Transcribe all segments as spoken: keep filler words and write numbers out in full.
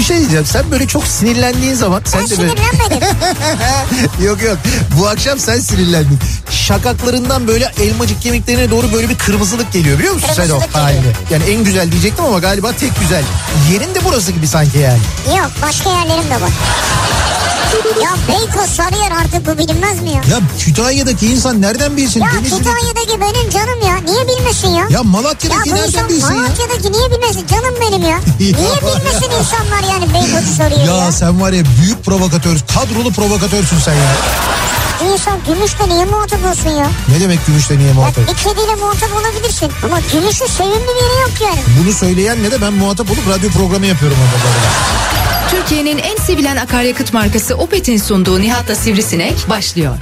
şey diyeceğim. Sen böyle çok sinirlendiğin zaman... Ben sen de böyle... sinirlenmedim. Yok yok. Bu akşam sen sinirlendin. Şakaklarından böyle elmacık kemiklerine doğru böyle bir kırmızılık geliyor biliyor musun sen o halini? Yani en güzel diyecektim ama galiba tek güzel. Yerin de burası gibi sanki yani. Yok, başka yerlerim de var. Ya Beykoz, Sarıyer, artık bu bilinmez mi ya? Ya Kütahya'daki insan nereden bilsin? Ya Denizli'deki... Kütahya'daki benim canım ya. Niye bilmesin ya? Ya Malatya'daki ya nereden bilsin ya? Malatya'daki niye bilmesin? Canım benim ya. Niye bilmesin insanlar yani Beykoz'u soruyor ya? Ya sen var ya büyük provokatör, kadrolu provokatörsün sen ya. İnsan gümüşle niye muhatap olsun ya? Ne demek gümüşle niye muhatap? Ya bir kediyle muhatap olabilirsin. Ama gümüşün sevimli bir yeri yok yani. Bunu söyleyen ne de ben muhatap olup radyo programı yapıyorum orada. Türkiye'nin en sevilen akaryakıt markası Opet'in sunduğu Nihat'la Sivrisinek başlıyor.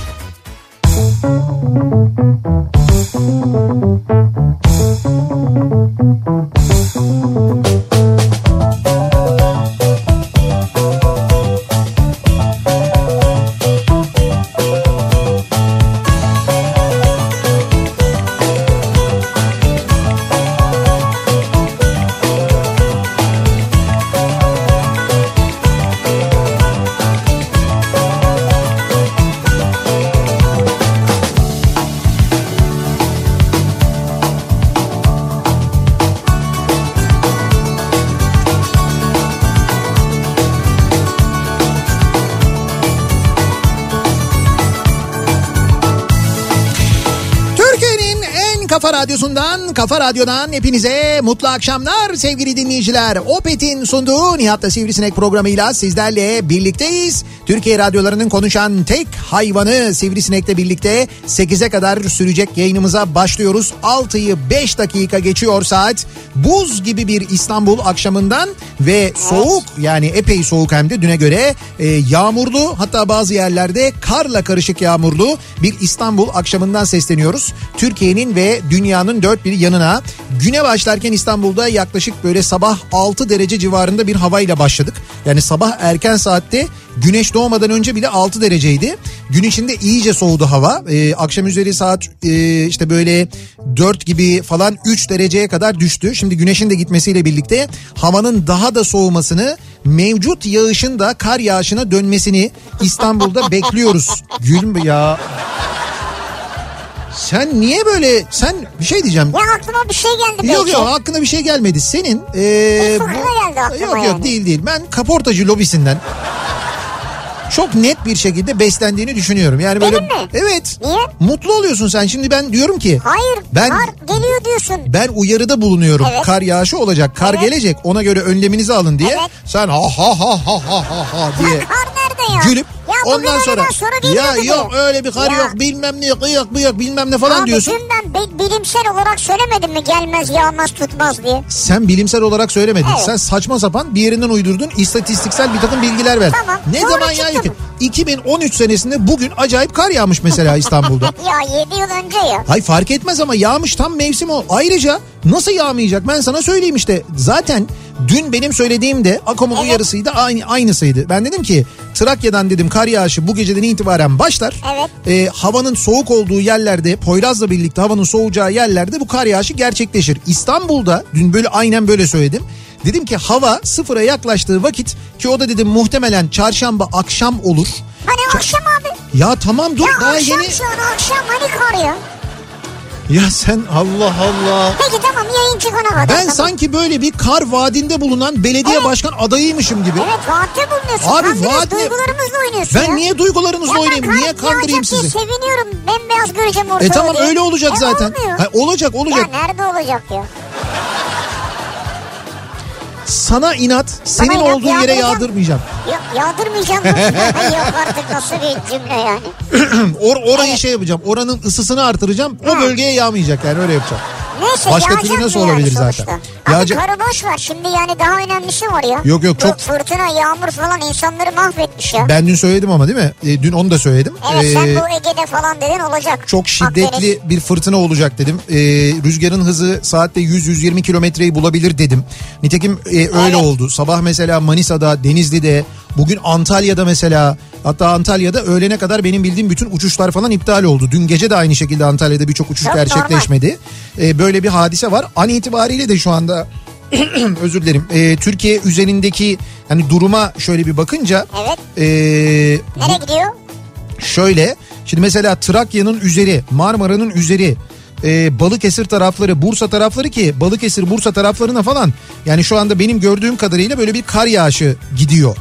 Kafa Radyosu'ndan, Kafa Radyo'dan hepinize mutlu akşamlar sevgili dinleyiciler. Opet'in sunduğu Nihat'la Sivrisinek programıyla sizlerle birlikteyiz. Türkiye radyolarının konuşan tek hayvanı Sivrisinek'le birlikte sekize kadar sürecek yayınımıza başlıyoruz. altıyı beş dakika geçiyor saat. Buz gibi bir İstanbul akşamından ve soğuk, yani epey soğuk hem de düne göre e, yağmurlu, hatta bazı yerlerde karla karışık yağmurlu bir İstanbul akşamından sesleniyoruz. Türkiye'nin ve dünyanın dört bir yanına. Güne başlarken İstanbul'da yaklaşık böyle sabah altı derece civarında bir havayla başladık. Yani sabah erken saatte güneş doğmadan önce bile altı dereceydi. Gün içinde iyice soğudu hava. Ee, akşam üzeri saat e, işte böyle dört gibi falan üç dereceye kadar düştü. Şimdi güneşin de gitmesiyle birlikte havanın daha da soğumasını, mevcut yağışın da kar yağışına dönmesini İstanbul'da bekliyoruz. Gülme ya. Sen niye böyle, sen bir şey diyeceğim. Ya aklıma bir şey geldi belki. Yok yok, aklına bir şey gelmedi. Senin ee, bu, geldi aklıma yok yani. yok değil değil. Ben kaportacı lobisinden çok net bir şekilde beslendiğini düşünüyorum. Yani böyle. Benim mi? Evet. Niye? Mutlu oluyorsun sen. Şimdi ben diyorum ki. Hayır. Ben, kar geliyor diyorsun. Ben uyarıda bulunuyorum. Evet. Kar yağışı olacak. Kar evet. gelecek. Ona göre önleminizi alın diye. Evet. Sen ha ha ha ha ha ha diye. Ya kar nerede ya? Gülüp ya ondan sonra, sonra ya yok öyle bir kar ya. yok bilmem ne kıyak bıyak bilmem ne falan abi diyorsun. Abi dün ben bilimsel olarak söylemedim mi gelmez yağmaz tutmaz diye. Sen bilimsel olarak söylemedin. Evet. Sen saçma sapan bir yerinden uydurdun, istatistiksel bir takım bilgiler ver. Tamam. Ne zaman yağıyor ki? iki bin on üç senesinde bugün acayip kar yağmış mesela İstanbul'da. Ya yedi yıl önce ya. Hayır fark etmez ama yağmış, tam mevsim o. Ayrıca nasıl yağmayacak ben sana söyleyeyim işte. Zaten dün benim söylediğimde AKOM'un evet. uyarısıydı, aynı, aynısıydı. Ben dedim ki Trakya'dan dedim kar yağışı bu geceden itibaren başlar. Evet. Ee, havanın soğuk olduğu yerlerde, Poyraz'la birlikte havanın soğuyacağı yerlerde bu kar yağışı gerçekleşir. İstanbul'da dün böyle aynen böyle söyledim. Dedim ki hava sıfıra yaklaştığı vakit, ki o da dedim muhtemelen çarşamba akşam olur. Hani Ç- akşam abi? Ya tamam dur ya daha akşam yeni. şu an akşam hani kar ya? Ya sen Allah Allah. Peki tamam, yayın çıkana kadar. Ben tamam. sanki böyle bir kar vaadinde bulunan belediye evet. başkan adayıymışım gibi. Evet, vaatte bulunuyorsun. Abi vaat ne? Duygularımızla oynuyorsun Ben ya. niye duygularınızla ya oynayayım? Niye kandırayım sizi? Seviniyorum. Bembeyaz göreceğim ortalığı. E tamam diye. öyle olacak e, zaten. Ha, olacak olacak. Ya nerede olacak ya? Sana inat, senin Bana inat, olduğun yere yağdırmayacağım. Ya, yağdırmayacağım. Yok artık, nasıl bir cümle yani. Or, orayı evet. şey yapacağım, oranın ısısını artıracağım. O ha. bölgeye yağmayacak yani, öyle yapacağım. Neyse, başka türlü nasıl yani olabilir sonuçta. zaten? Abi Yağca... karı boş ver şimdi, yani daha önemlisi var ya. Yok yok çok. Bu fırtına, yağmur falan insanları mahvetmiş ya. Ben dün söyledim ama değil mi? E, dün onu da söyledim. Evet ee, sen ee, bu Ege'de falan dedin, olacak. Çok şiddetli Akdeniz. Bir fırtına olacak dedim. Ee, rüzgarın hızı saatte yüz yüz yirmi kilometreyi bulabilir dedim. Nitekim e, öyle evet. oldu. Sabah mesela Manisa'da, Denizli'de, bugün Antalya'da mesela, hatta Antalya'da öğlene kadar benim bildiğim bütün uçuşlar falan iptal oldu. Dün gece de aynı şekilde Antalya'da birçok uçuş çok gerçekleşmedi. Ee, böyle bir hadise var. An itibariyle de şu anda özür dilerim. E, Türkiye üzerindeki hani duruma şöyle bir bakınca. Evet. E, Nereye gidiyor? Şöyle. Şimdi mesela Trakya'nın üzeri, Marmara'nın üzeri, e, Balıkesir tarafları, Bursa tarafları ki Balıkesir, Bursa taraflarına falan yani şu anda benim gördüğüm kadarıyla böyle bir kar yağışı gidiyor.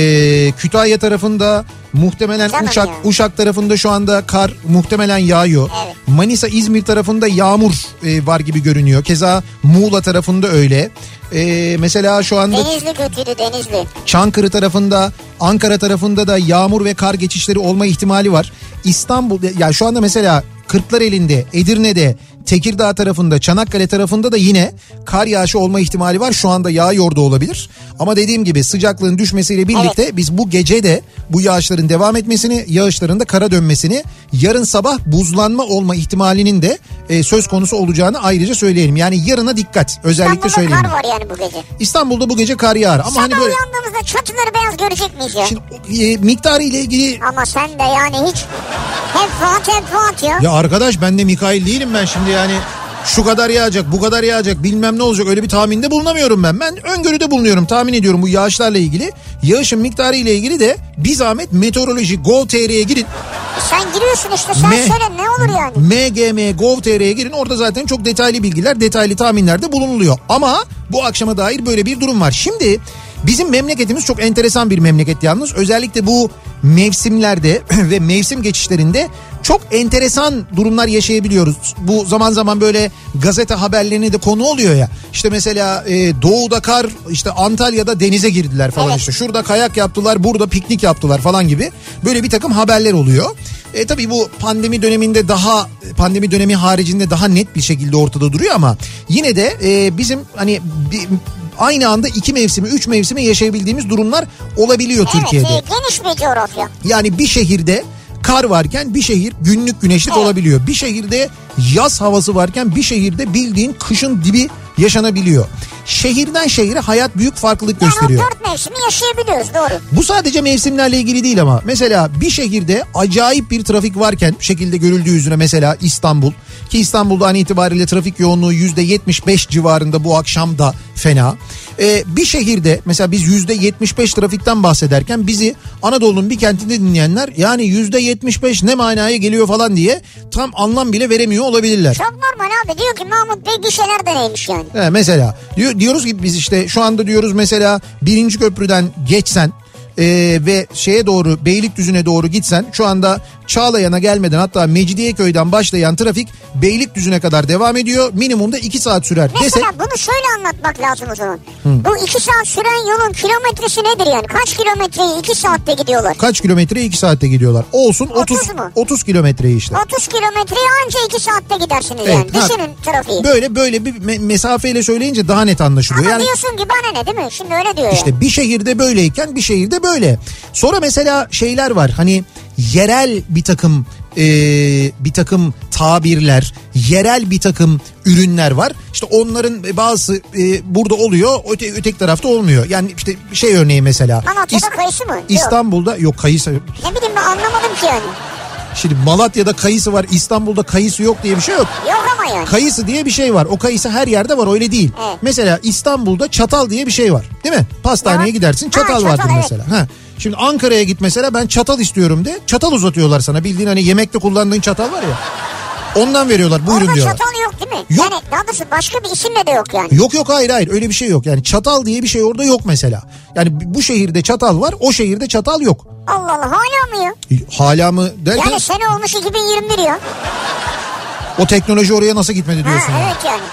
E, Kütahya tarafında muhtemelen Canım Uşak ya. Uşak tarafında şu anda kar muhtemelen yağıyor. Evet. Manisa, İzmir tarafında yağmur e, var gibi görünüyor. Keza Muğla tarafında öyle. E, mesela şu anda Denizli kötüydü, Denizli. Çankırı tarafında, Ankara tarafında da yağmur ve kar geçişleri olma ihtimali var. İstanbul, ya şu anda mesela Kırklareli'nde, Edirne'de, Tekirdağ tarafında, Çanakkale tarafında da yine kar yağışı olma ihtimali var. Şu anda yağıyor da olabilir. Ama dediğim gibi sıcaklığın düşmesiyle birlikte evet. Biz bu gece de bu yağışların devam etmesini, yağışların da kara dönmesini, yarın sabah buzlanma olma ihtimalinin de e, söz konusu olacağını ayrıca söyleyelim. Yani yarına dikkat. Özellikle söyleyeyim. İstanbul'da kar var yani bu gece. İstanbul'da bu gece kar yağar. Ama sabah hani böyle uyandığımızda çatıları beyaz görecek miyiz ya? Şimdi e, miktarı ile ilgili. Ama sen de yani hiç hep Fuat hep Fuat ya. Ya arkadaş ben de Mikail değilim ben şimdi yani şu kadar yağacak, bu kadar yağacak, bilmem ne olacak, öyle bir tahminde bulunamıyorum ben. Ben öngörüde bulunuyorum, tahmin ediyorum bu yağışlarla ilgili. Yağışın miktarı ile ilgili de bir zahmet meteoroloji nokta gov nokta tr'ye girin. Sen giriyorsun işte, sen M- söyle ne olur yani. m g m nokta gov nokta tr'ye girin, orada zaten çok detaylı bilgiler, detaylı tahminlerde bulunuluyor. Ama bu akşama dair böyle bir durum var. Şimdi bizim memleketimiz çok enteresan bir memleket yalnız. Özellikle bu mevsimlerde ve mevsim geçişlerinde çok enteresan durumlar yaşayabiliyoruz. Bu zaman zaman böyle gazete haberlerine de konu oluyor ya. İşte mesela e, doğuda kar, işte Antalya'da denize girdiler falan, evet. işte şurada kayak yaptılar, burada piknik yaptılar falan gibi böyle bir takım haberler oluyor. E, tabii bu pandemi döneminde daha pandemi dönemi haricinde daha net bir şekilde ortada duruyor ama yine de e, bizim hani bir, aynı anda iki mevsimi, üç mevsimi yaşayabildiğimiz durumlar olabiliyor evet, Türkiye'de. Evet, geniş bir coğrafya. Yani bir şehirde kar varken bir şehir günlük güneşlik evet. olabiliyor. Bir şehirde yaz havası varken bir şehirde bildiğin kışın dibi yaşanabiliyor. Şehirden şehire hayat büyük farklılık yani gösteriyor. Yani dört mevsimi yaşayabiliyoruz, doğru. Bu sadece mevsimlerle ilgili değil ama mesela bir şehirde acayip bir trafik varken, şekilde görüldüğü üzere mesela İstanbul, ki İstanbul'da an itibariyle trafik yoğunluğu yüzde yetmiş beş civarında, bu akşam da fena. Ee, bir şehirde mesela biz yüzde yetmiş beş trafikten bahsederken bizi Anadolu'nun bir kentinde dinleyenler yani yüzde yetmiş beş ne manaya geliyor falan diye tam anlam bile veremiyor olabilirler. Çok normal abi, diyor ki Mahmut Bey gişeler de neymiş yani. He, mesela diyor, diyoruz ki biz işte şu anda diyoruz mesela birinci köprüden geçsen e, ve şeye doğru, Beylikdüzü'ne doğru gitsen, şu anda Çağlayan'a gelmeden hatta Mecidiyeköy'den başlayan trafik Beylikdüzü'ne kadar devam ediyor. Minimumda iki saat sürer. Mesela Desek, bunu şöyle anlatmak lazım o zaman. Hı. Bu iki saat süren yolun kilometresi nedir yani? Kaç kilometreyi iki saatte gidiyorlar? Kaç kilometreyi iki saatte gidiyorlar? Olsun otuz, otuz mu? otuz kilometreyi işte. otuz kilometreyi anca iki saatte gidersiniz evet, yani. ha, düşünün trafiği. Böyle böyle bir me- mesafeyle söyleyince daha net anlaşılıyor. Ama yani, diyorsun ki bana ne, değil mi? Şimdi öyle diyor İşte yani. bir şehirde böyleyken bir şehirde böyle. Sonra mesela şeyler var, hani yerel bir takım e, bir takım tabirler, yerel bir takım ürünler var. İşte onların bazısı e, burada oluyor, öte, öteki tarafta olmuyor. Yani işte şey örneği mesela. Malatya'da İs- kayısı mı? İstanbul'da yok, yok kayısı. Ne bileyim ben, anlamadım ki yani. Şimdi Malatya'da kayısı var, İstanbul'da kayısı yok diye bir şey yok. Yok ama yani. Kayısı diye bir şey var. O kayısı her yerde var, öyle değil. Evet. Mesela İstanbul'da çatal diye bir şey var. Değil mi? Pastaneye ya. gidersin, çatal, ha, çatal vardır evet. mesela. Ha. Şimdi Ankara'ya git mesela, ben çatal istiyorum de. Çatal uzatıyorlar sana. Bildiğin hani yemekte kullandığın çatal var ya. Ondan veriyorlar, buyurun orada diyorlar. Orada çatal yok değil mi? Yok. Yani daha doğrusu başka bir isimle de yok yani. Yok yok, hayır hayır, öyle bir şey yok. Yani çatal diye bir şey orada yok mesela. Yani bu şehirde çatal var, o şehirde çatal yok. Allah Allah, hala mı ya? Hala mı derken? Yani sene olmuş iki bin yirmi bir ya. O teknoloji oraya nasıl gitmedi diyorsun? Ha, yani. evet yani.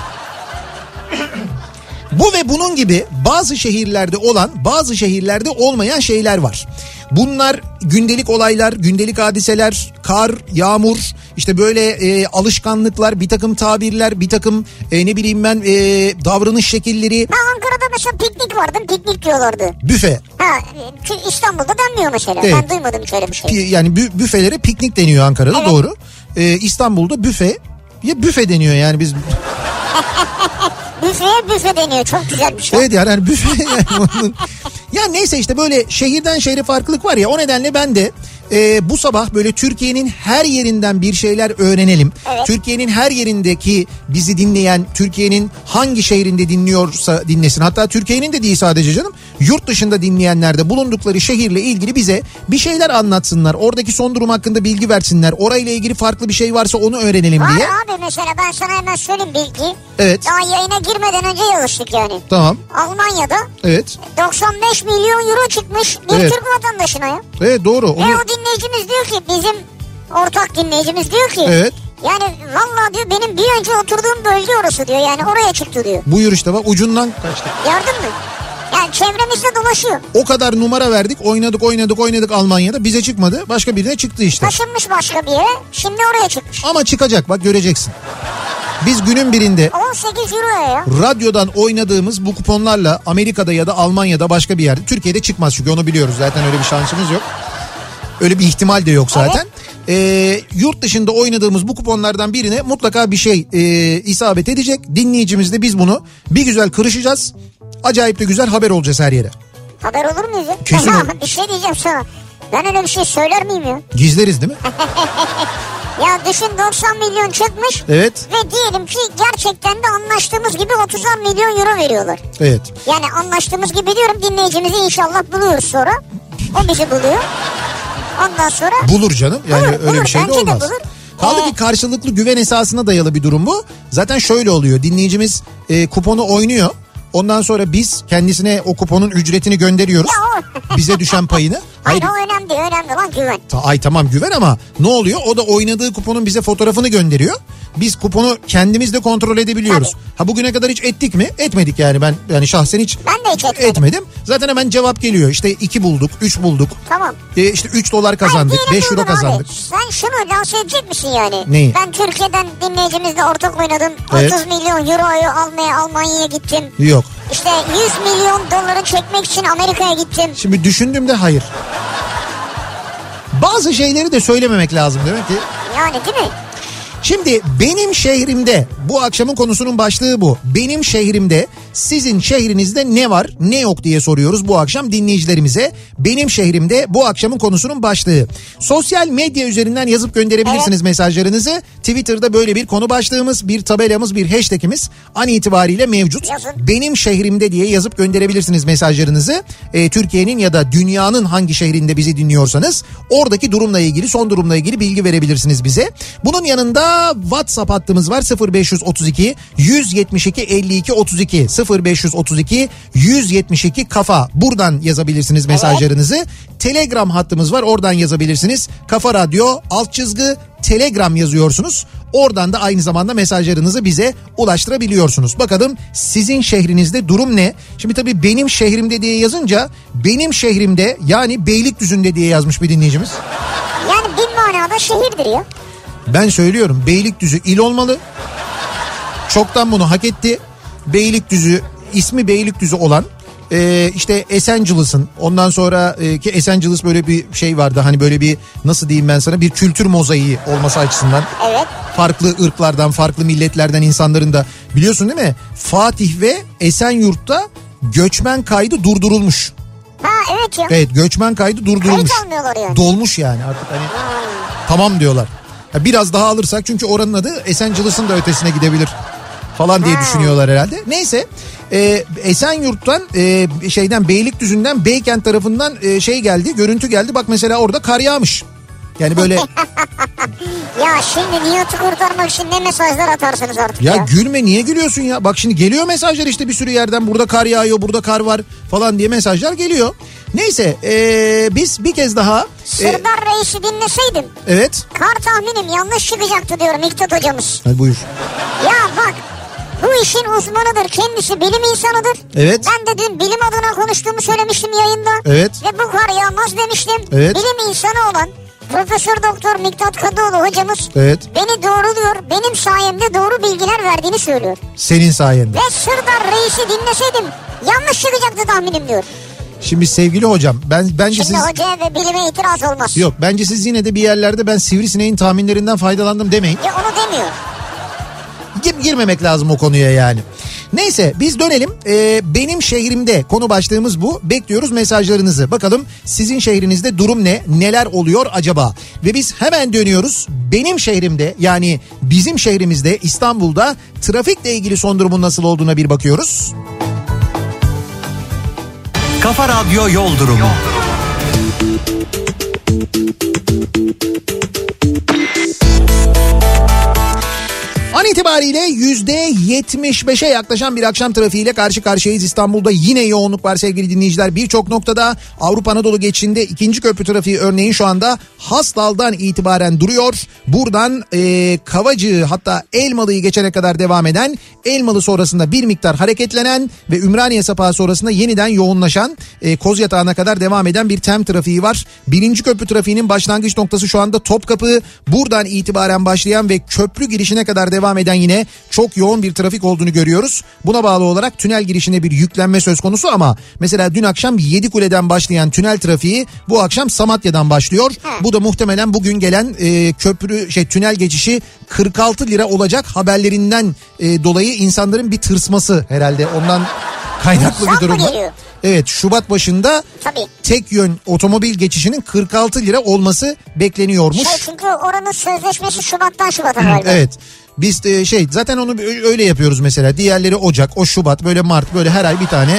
Bu ve bunun gibi bazı şehirlerde olan, bazı şehirlerde olmayan şeyler var. Bunlar gündelik olaylar, gündelik hadiseler, kar, yağmur, işte böyle e, alışkanlıklar, bir takım tabirler, bir takım e, ne bileyim ben e, davranış şekilleri. Ben Ankara'da mesela piknik vardı, piknik diyorlardı. Büfe. Ha, İstanbul'da denmiyor mesela. Evet. Ben duymadım şöyle bir şey. Yani bü- büfelere piknik deniyor Ankara'da, evet. Doğru. E, İstanbul'da büfe, ya büfe deniyor yani biz... Büfeye büfe deniyor, çok güzel bir şey. Evet yani, yani büfe yani onun... Ya neyse işte böyle şehirden şehre farklılık var ya, o nedenle ben de e, bu sabah böyle Türkiye'nin her yerinden bir şeyler öğrenelim. Evet. Türkiye'nin her yerindeki bizi dinleyen, Türkiye'nin hangi şehrinde dinliyorsa dinlesin. Hatta Türkiye'nin de değil sadece canım. Yurt dışında dinleyenler de bulundukları şehirle ilgili bize bir şeyler anlatsınlar. Oradaki son durum hakkında bilgi versinler. Orayla ilgili farklı bir şey varsa onu öğrenelim Var diye. abi, mesela ben sana hemen söyleyeyim bilgi. Evet. Daha yayına girmeden önce yazıştık yani. Tamam. Almanya'da Evet. doksan beş milyon euro çıkmış bir Evet. Türk vatandaşına ya. Evet doğru. Onu... Ve o dinleyicimiz diyor ki, bizim ortak dinleyicimiz diyor ki. Evet. Yani vallahi diyor benim bir önce oturduğum bölge orası diyor, yani oraya çıktı diyor. Buyur işte bak, ucundan kaçtık. Gördün mü? Yani çevremizde dolaşıyor. O kadar numara verdik, oynadık oynadık oynadık Almanya'da, bize çıkmadı, başka birine çıktı işte. Taşınmış başka bir yere, şimdi oraya çıkmış. Ama çıkacak bak, göreceksin. Biz günün birinde on sekiz euroya ya. radyodan oynadığımız bu kuponlarla Amerika'da ya da Almanya'da başka bir yerde, Türkiye'de çıkmaz çünkü onu biliyoruz zaten, öyle bir şansımız yok. Öyle bir ihtimal de yok zaten. Evet. Ee, yurt dışında oynadığımız bu kuponlardan birine mutlaka bir şey e, isabet edecek. Dinleyicimiz de biz bunu bir güzel kırışacağız. Acayip de güzel haber olacağız her yere. Haber olur muyuz ya? Kesin olur. Bir şey diyeceğim sana. Ben öyle bir şey söyler miyim ya? Gizleriz değil mi? Ya düşün, doksan milyon çıkmış. Evet. Ve diyelim ki gerçekten de anlaştığımız gibi otuzar milyon euro veriyorlar. Evet. Yani anlaştığımız gibi diyorum, dinleyicimizi inşallah buluyoruz sonra. O bizi buluyor. Ondan sonra... Bulur canım. Yani bulur, öyle bulur, bir şey de bence olmaz. De bulur. Kaldı ee... ki karşılıklı güven esasına dayalı bir durum bu. Zaten şöyle oluyor. Dinleyicimiz e, kuponu oynuyor. Ondan sonra biz kendisine o kuponun ücretini gönderiyoruz. O... Bize düşen payını. Hayır, Hayır o önemli değil. Önemli lan güven. Ta, ay tamam güven, ama ne oluyor? O da oynadığı kuponun bize fotoğrafını gönderiyor. Biz kuponu kendimiz de kontrol edebiliyoruz. Tabii. Ha bugüne kadar hiç ettik mi? Etmedik yani, ben yani şahsen hiç, ben de hiç etmedim. etmedim. Zaten hemen cevap geliyor. İşte iki bulduk, üç bulduk. Tamam. E işte üç dolar kazandık, beş euro kazandık. Abi. Sen şunu lanse edecek misin yani? Neyi? Ben Türkiye'den dinleyicimizle ortak oynadım. Evet. otuz milyon euroyu almaya Almanya'ya gittim. Yok. İşte yüz milyon doları çekmek için Amerika'ya gittim. Şimdi düşündüm de hayır. Bazı şeyleri de söylememek lazım demek ki. Yani değil mi? Şimdi benim şehrimde, bu akşamın konusunun başlığı bu. Benim şehrimde, sizin şehrinizde ne var ne yok diye soruyoruz bu akşam dinleyicilerimize. Benim şehrimde bu akşamın konusunun başlığı. Sosyal medya üzerinden yazıp gönderebilirsiniz, evet, mesajlarınızı. Twitter'da böyle bir konu başlığımız, bir tabelamız, bir hashtagimiz an itibariyle mevcut. Yazın. Benim şehrimde diye yazıp gönderebilirsiniz mesajlarınızı. Ee, Türkiye'nin ya da dünyanın hangi şehrinde bizi dinliyorsanız oradaki durumla ilgili, son durumla ilgili bilgi verebilirsiniz bize. Bunun yanında WhatsApp hattımız var, sıfır beş otuz iki yüz yetmiş iki elli iki otuz iki sıfır beş otuz iki yüz yetmiş iki kafa, buradan yazabilirsiniz mesajlarınızı. Evet. Telegram hattımız var, oradan yazabilirsiniz. Kafa Radyo alt çizgi Telegram yazıyorsunuz. Oradan da aynı zamanda mesajlarınızı bize ulaştırabiliyorsunuz. Bakalım sizin şehrinizde durum ne? Şimdi tabii benim şehrimde diye yazınca, benim şehrimde yani Beylikdüzü'nde diye yazmış bir dinleyicimiz. Yani bir manada şehirdir ya. Ben söylüyorum, Beylikdüzü il olmalı. Çoktan bunu hak etti. Beylikdüzü, ismi Beylikdüzü olan e, işte Esencilis'in, ondan sonra e, ki Esencilis böyle bir şey vardı, hani böyle bir, nasıl diyeyim ben sana, bir kültür mozaiği olması açısından. Evet. Farklı ırklardan, farklı milletlerden insanların da, biliyorsun değil mi? Fatih ve Esenyurt'ta göçmen kaydı durdurulmuş. Ha evet ya. Evet, göçmen kaydı durdurulmuş. Kayıt almıyorlar yani. Dolmuş yani artık, hani hmm. tamam diyorlar. Ya biraz daha alırsak, çünkü oranın adı Esencilis'in de ötesine gidebilir falan diye hmm. düşünüyorlar herhalde. Neyse, e, Esenyurt'tan e, şeyden Beylikdüzü'nden Beykent tarafından e, şey geldi, görüntü geldi. Bak mesela orada kar yağmış. Yani böyle... Ya şimdi Nihat'ı kurtarmak için ne mesajlar atarsınız artık ya. Ya gülme, niye gülüyorsun ya? Bak şimdi geliyor mesajlar işte bir sürü yerden, burada kar yağıyor, burada kar var falan diye mesajlar geliyor. Neyse ee, biz bir kez daha... Sırdar e, Reis'i dinleseydim. Evet. Kar tahminim yanlış çıkacaktı diyor Miktat hocamız. Hadi buyur. Ya bak, bu işin uzmanıdır, kendisi bilim insanıdır. Evet. Ben de dün bilim adına konuştuğumu söylemiştim yayında. Evet. Ve bu kar yağmaz demiştim. Evet. Bilim insanı olan Profesör Doktor Miktat Kadıoğlu hocamız, evet, beni doğruluyor, benim sayemde doğru bilgiler verdiğini söylüyor. Senin sayende. Ve Sırdar Reis'i dinleseydim yanlış çıkacaktı tahminim diyor. Şimdi sevgili hocam, ben bence Şimdi siz... Şimdi hocaya ve bilime itiraz olmaz. Yok, bence siz yine de bir yerlerde ben Sivrisineğin tahminlerinden faydalandım demeyin. Ya onu demiyor. Gir, girmemek lazım o konuya yani. Neyse biz dönelim. Ee, benim şehrimde konu başlığımız bu. Bekliyoruz mesajlarınızı. Bakalım sizin şehrinizde durum ne? Neler oluyor acaba? Ve biz hemen dönüyoruz. Benim şehrimde yani bizim şehrimizde İstanbul'da trafikle ilgili son durumun nasıl olduğuna bir bakıyoruz. Kafa Radyo Yol Durumu. An itibariyle yüzde yetmiş beşe yaklaşan bir akşam trafiğiyle karşı karşıyayız. İstanbul'da yine yoğunluk var sevgili dinleyiciler. Birçok noktada Avrupa Anadolu geçişinde ikinci köprü trafiği örneğin şu anda Hastal'dan itibaren duruyor. Buradan e, Kavacığı hatta Elmalı'yı geçene kadar devam eden, Elmalı sonrasında bir miktar hareketlenen ve Ümraniye Sapağı sonrasında yeniden yoğunlaşan e, Kozyatağı'na kadar devam eden bir tem trafiği var. Birinci köprü trafiğinin başlangıç noktası şu anda Topkapı. Buradan itibaren başlayan ve köprü girişine kadar devam devam eden yine çok yoğun bir trafik olduğunu görüyoruz. Buna bağlı olarak tünel girişine bir yüklenme söz konusu ama mesela dün akşam Yedikule'den başlayan tünel trafiği bu akşam Samatya'dan başlıyor. Bu da muhtemelen bugün gelen e, köprü şey tünel geçişi kırk altı lira olacak haberlerinden e, dolayı insanların bir tırsması herhalde ondan kaynaklı bir durum var. Evet, Şubat başında Tabii. tek yön otomobil geçişinin kırk altı lira olması bekleniyormuş. Şey çünkü oranın sözleşmesi Şubat'tan Şubat'a galiba. Evet. Biz de şey zaten onu öyle yapıyoruz mesela. Diğerleri Ocak, o Şubat, böyle Mart, böyle her ay bir tane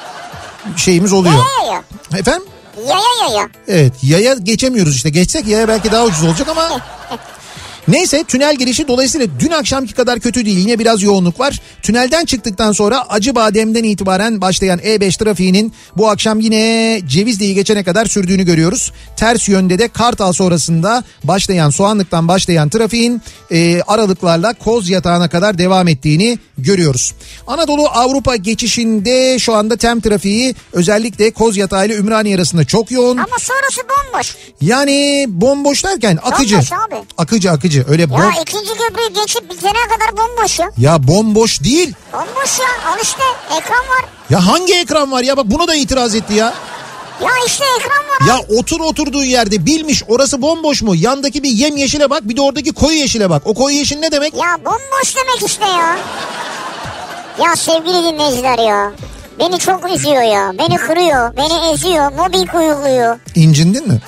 şeyimiz oluyor. Yaya yaya. Efendim? Yaya yaya. Evet, yaya geçemiyoruz işte. Geçsek yaya belki daha ucuz olacak ama... Neyse tünel girişi dolayısıyla dün akşamki kadar kötü değil. Yine biraz yoğunluk var. Tünelden çıktıktan sonra Acıbadem'den itibaren başlayan E beş trafiğinin bu akşam yine Cevizli'yi geçene kadar sürdüğünü görüyoruz. Ters yönde de Kartal sonrasında başlayan Soğanlık'tan başlayan trafiğin e, aralıklarla Kozyatağı'na kadar devam ettiğini görüyoruz. Anadolu Avrupa geçişinde şu anda tem trafiği özellikle Kozyatağı ile Ümraniye arasında çok yoğun. Ama sonrası bomboş. Yani bomboş derken akıcı. Bomboş abi. Akıcı akıcı. Öyle ya bom... ikinci köprüyü geçip bitene kadar bomboş ya. Ya bomboş değil. Bomboş ya, al işte ekran var. Ya hangi ekran var ya, bak bunu da itiraz etti ya. Ya işte ekran var. Ya otur oturduğun yerde bilmiş orası bomboş mu? Yandaki bir yem yeşile bak, bir de oradaki koyu yeşile bak. O koyu yeşil ne demek? Ya bomboş demek işte ya. Ya sevgili dinleyiciler ya. Beni çok üzüyor ya. Beni kırıyor, beni eziyor, mobbing uyguluyor. İncindin mi?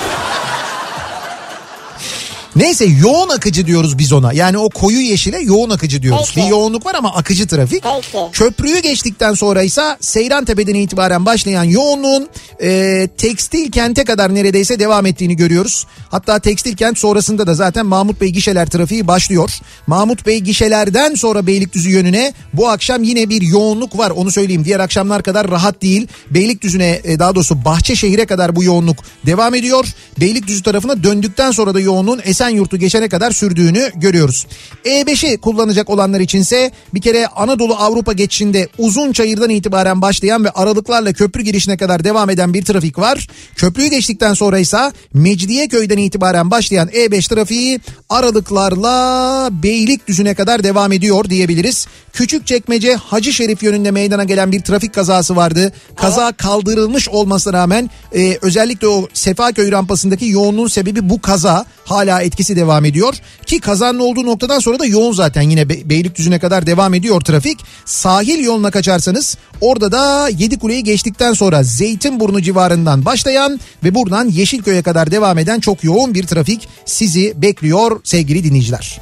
Neyse yoğun akıcı diyoruz biz ona. Yani o koyu yeşile yoğun akıcı diyoruz. Peki. Bir yoğunluk var ama akıcı trafik. Peki. Köprüyü geçtikten sonra ise Seyrantepe'den itibaren başlayan yoğunluğun e, tekstil kente kadar neredeyse devam ettiğini görüyoruz. Hatta tekstil kent sonrasında da zaten Mahmut Bey gişeler trafiği başlıyor. Mahmut Bey gişelerden sonra Beylikdüzü yönüne bu akşam yine bir yoğunluk var. Onu söyleyeyim, diğer akşamlar kadar rahat değil. Beylikdüzü'ne e, daha doğrusu Bahçeşehir'e kadar bu yoğunluk devam ediyor. Beylikdüzü tarafına döndükten sonra da yoğunluğun Esenyurt'u geçene kadar sürdüğünü görüyoruz. E beşi kullanacak olanlar içinse bir kere Anadolu Avrupa geçişinde Uzunçayır'dan itibaren başlayan ve aralıklarla köprü girişine kadar devam eden bir trafik var. Köprüyü geçtikten sonra ise Mecidiyeköy'den itibaren başlayan E beş trafiği aralıklarla Beylikdüzü'ne kadar devam ediyor diyebiliriz. Küçükçekmece Hacı Şerif yönünde meydana gelen bir trafik kazası vardı. Kaza kaldırılmış olmasına rağmen e, özellikle o Sefaköy rampasındaki yoğunluğun sebebi bu kaza. Hala etkisi devam ediyor ki kazanın olduğu noktadan sonra da yoğun zaten yine Be- Beylikdüzü'ne kadar devam ediyor trafik. Sahil yoluna kaçarsanız orada da Yedikule'yi geçtikten sonra Zeytinburnu civarından başlayan ve buradan Yeşilköy'e kadar devam eden çok yoğun bir trafik sizi bekliyor sevgili dinleyiciler.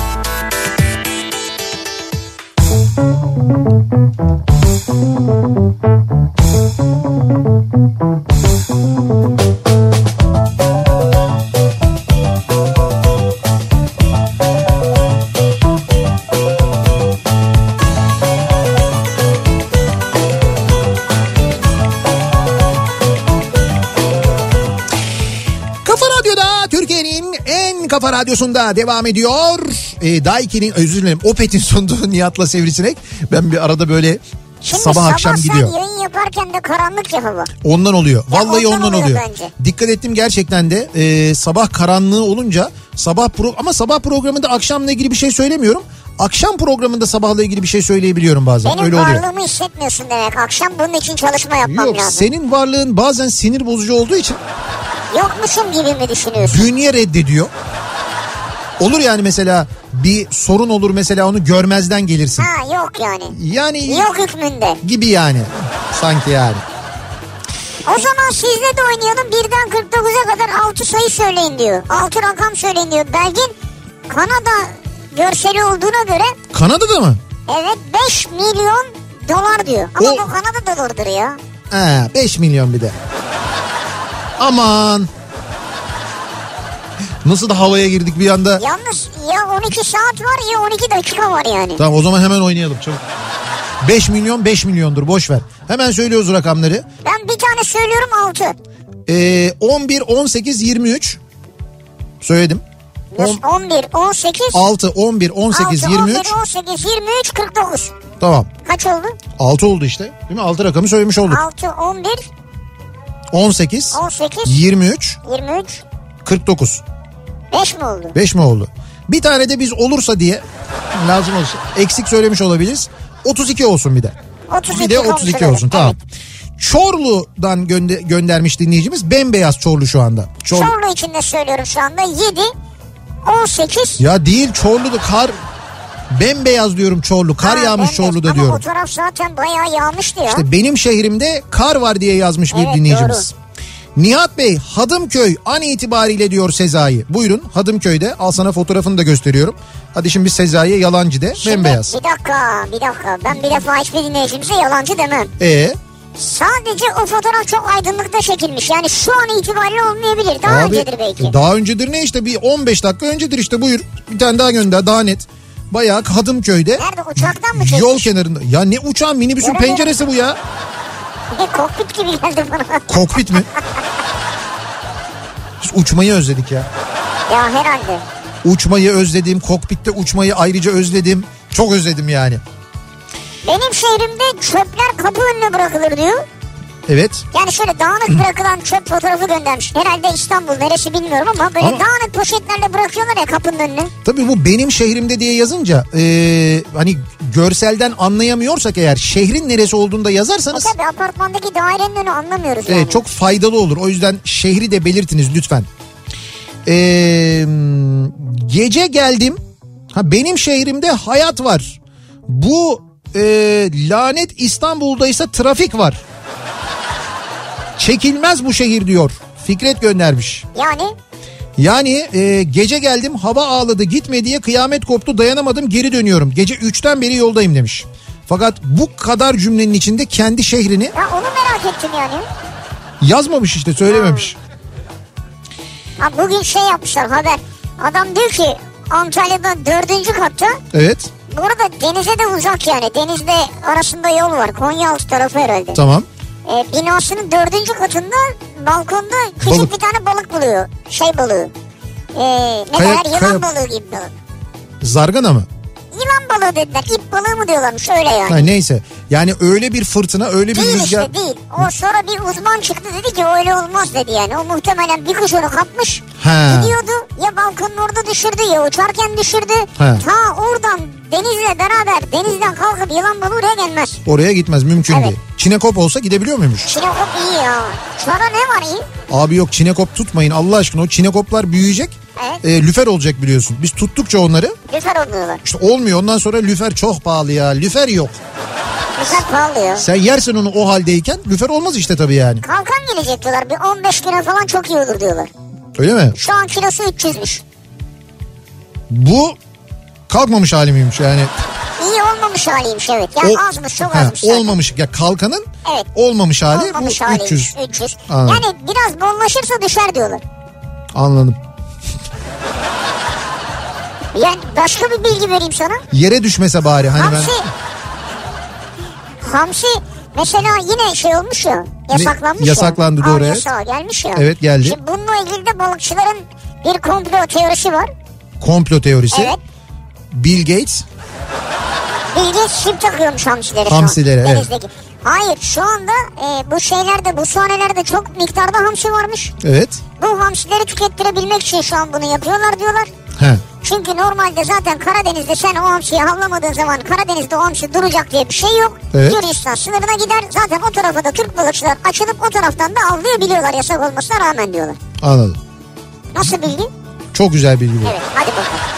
Kafa Radyosu'nda devam ediyor. E, Daiki'nin özür dilerim Opet'in sunduğu Nihat'la Sivrisinek. Ben bir arada böyle Şimdi sabah, sabah akşam gidiyor. Şimdi sabah sen yayın yaparken de karanlık ya hava. Ondan oluyor. Ya vallahi ondan, ondan oluyor. oluyor. Bence. Dikkat ettim gerçekten de e, sabah karanlığı olunca sabah pro ama sabah programında akşamla ilgili bir şey söylemiyorum. Akşam programında sabahla ilgili bir şey söyleyebiliyorum bazen. Benim öyle varlığımı oluyor. hissetmiyorsun demek. Akşam bunun için çalışma yapmam Yok, lazım. senin varlığın bazen sinir bozucu olduğu için. Yokmuşum gibi mi düşünüyorsun? Bünye reddediyor. Olur yani mesela bir sorun olur mesela onu görmezden gelirsin. Ha yok yani. Yani yok hükmünde. Gibi yani sanki yani. O zaman sizle de oynayalım, birden kırk dokuza kadar altı sayı söyleyin diyor. altı rakam söyleyin diyor. Belgin Kanada görseli olduğuna göre. Kanada'da mı? Evet, beş milyon dolar diyor. Ama o... bu Kanada dolarıdır ya. He, beş milyon bir de. Aman. Nasıl da havaya girdik bir anda. Yalnız ya on iki saat var ya on iki dakika var yani. Tamam, o zaman hemen oynayalım çabuk. beş milyon beş milyondur, boş ver. Hemen söylüyoruz rakamları. Ben bir tane söylüyorum, altı. Ee, on bir, on sekiz, yirmi üç. Söyledim. on bir, on sekiz. altı, on bir, on sekiz, yirmi üç. on bir, on sekiz, yirmi üç, kırk dokuz. Tamam. Kaç oldu? altı oldu işte. Değil mi? altı rakamı söylemiş olduk. altı, on bir. on sekiz. on sekiz. yirmi üç. yirmi üç. kırk dokuz. beş mi oldu? beş mi oldu? Bir tane de biz olursa diye lazım olursa eksik söylemiş olabiliriz. otuz iki olsun bir de. otuz iki bir de otuz iki olsun, tamam. Evet. Çorlu'dan gönde- göndermiş dinleyicimiz, bembeyaz Çorlu şu anda. Çorlu, Çorlu için de söylüyorum şu anda, yedi, on sekiz. Ya değil, Çorlu'da kar bembeyaz diyorum, Çorlu. Kar ha, yağmış Çorlu'da ama diyorum. Ama o taraf zaten bayağı yağmıştı ya. İşte benim şehrimde kar var diye yazmış bir evet, dinleyicimiz. Doğru. Nihat Bey, Hadımköy an itibariyle diyor Sezai. Buyurun, Hadımköy'de, al sana fotoğrafını da gösteriyorum. Hadi şimdi Sezai'ye yalancı de, şimdi, bembeyaz. Bir dakika bir dakika ben bir defa hiçbir dinleyicimize yalancı demem. Ee? Sadece o fotoğraf çok aydınlıkta çekilmiş. Yani şu an itibariyle olmayabilir. Daha Abi, öncedir belki. Daha öncedir ne işte, bir on beş dakika öncedir işte, buyur. Bir tane daha gönder, daha net. Bayağı Hadımköy'de. Nerede, uçaktan mı çekmiş? Yol kenarında. Ya ne uçağın, minibüsün Öyle penceresi mi? Bu ya. Kokpit gibi geldi bana. Kokpit mi? Biz uçmayı özledik ya. Ya herhalde. Uçmayı özledim. Kokpitte uçmayı ayrıca özledim. Çok özledim yani. Benim şehrimde çöpler kapı önüne bırakılır diyor. Evet. Yani şöyle dağınık bırakılan çöp fotoğrafı göndermiş. Herhalde İstanbul, neresi bilmiyorum ama böyle ama, dağınık poşetlerle bırakıyorlar ya kapının önüne. Tabii bu benim şehrimde diye yazınca e, hani görselden anlayamıyorsak eğer, şehrin neresi olduğunu da yazarsanız. E tabii apartmandaki dairenin önünü anlamıyoruz yani. Evet, çok faydalı olur. O yüzden şehri de belirtiniz lütfen. E, gece geldim. Ha, benim şehrimde hayat var. Bu e, lanet İstanbul'daysa trafik var. Çekilmez bu şehir diyor. Fikret göndermiş. Yani? Yani e, gece geldim, hava ağladı, gitme diye kıyamet koptu, dayanamadım, geri dönüyorum. Gece üçten beri yoldayım demiş. Fakat bu kadar cümlenin içinde kendi şehrini... Ya onu merak ettim yani. Yazmamış işte, söylememiş. Ha. Ha, bugün şey yapmışlar haber. Adam diyor ki Antalya'da dördüncü katta. Evet. Bu arada denize de uzak yani. Denizle arasında yol var. Konyaaltı tarafı herhalde. Tamam. E, binasının dördüncü katında balkonda küçük balık. Bir tane balık buluyor. Şey balığı. E, ne kaya, kadar yılan kaya... balığı gibi balık. Zargana mı? Yılan balığı dediler. İp balığı mı diyorlarmış, öyle yani. Ha, neyse. Yani öyle bir fırtına, öyle bir değil rüzgar. Değil işte değil. O sonra bir uzman çıktı, dedi ki öyle olmaz dedi yani. O muhtemelen bir kuş onu kapmış. Ha. Gidiyordu ya, balkonun orada düşürdü ya uçarken düşürdü. Ha. Ta oradan denizle beraber denizden kalkıp yılan balığı oraya gelmez. Oraya gitmez, mümkün evet. değil. Çinekop olsa gidebiliyor muymuş? Çinekop iyi ya. Sonra ne var iyi? Abi yok, çinekop tutmayın Allah aşkına. O çinekoplar büyüyecek. Evet. E, lüfer olacak biliyorsun. Biz tuttukça onları. Lüfer oluyorlar. İşte olmuyor, ondan sonra lüfer çok pahalı ya. Lüfer yok. Lüfer pahalı ya. Sen yersin onu o haldeyken, lüfer olmaz işte tabii yani. Kalkan gelecek diyorlar. Bir on beş lira falan çok iyi olur diyorlar. Öyle mi? Şu an kilosu üç yüzmüş. Bu kalkmamış hali miymiş yani? İyi olmamış haliymiş evet. Yani o, azmış, çok he, azmış. Olmamış ya, kalkanın evet. olmamış hali olmamış bu hali, üç yüz. üç yüz. Yani biraz bollaşırsa düşer diyorlar. Anladım. Yani başka bir bilgi vereyim sana. Yere düşmese bari. Hani hamsi. Ben... Hamsi mesela yine şey olmuş ya. Yasaklanmış ne? Yasaklandı ya. doğru. Evet. Yasağı gelmiş ya. Evet, geldi. Şimdi bununla ilgili de balıkçıların bir komplo teorisi var. Komplo teorisi? Evet. Bill Gates. Bill Gates sim takıyormuş hamsilere. Hamsilere evet. Denizdeki. Hayır, şu anda e, bu şeylerde, bu sahnelerde çok miktarda hamsi varmış. Evet. Bu hamsileri tükettirebilmek için şu an bunu yapıyorlar diyorlar. He. Çünkü normalde zaten Karadeniz'de sen o hamsiyi havlamadığın zaman Karadeniz'de o hamsi duracak diye bir şey yok. Evet. Yunanistan sınırına gider. Zaten o tarafa da Türk balıkçılar açılıp o taraftan da avlayabiliyorlar yasak olmasına rağmen diyorlar. Anladım. Nasıl bilgi? Çok güzel bilgi bu. Evet, hadi bakalım.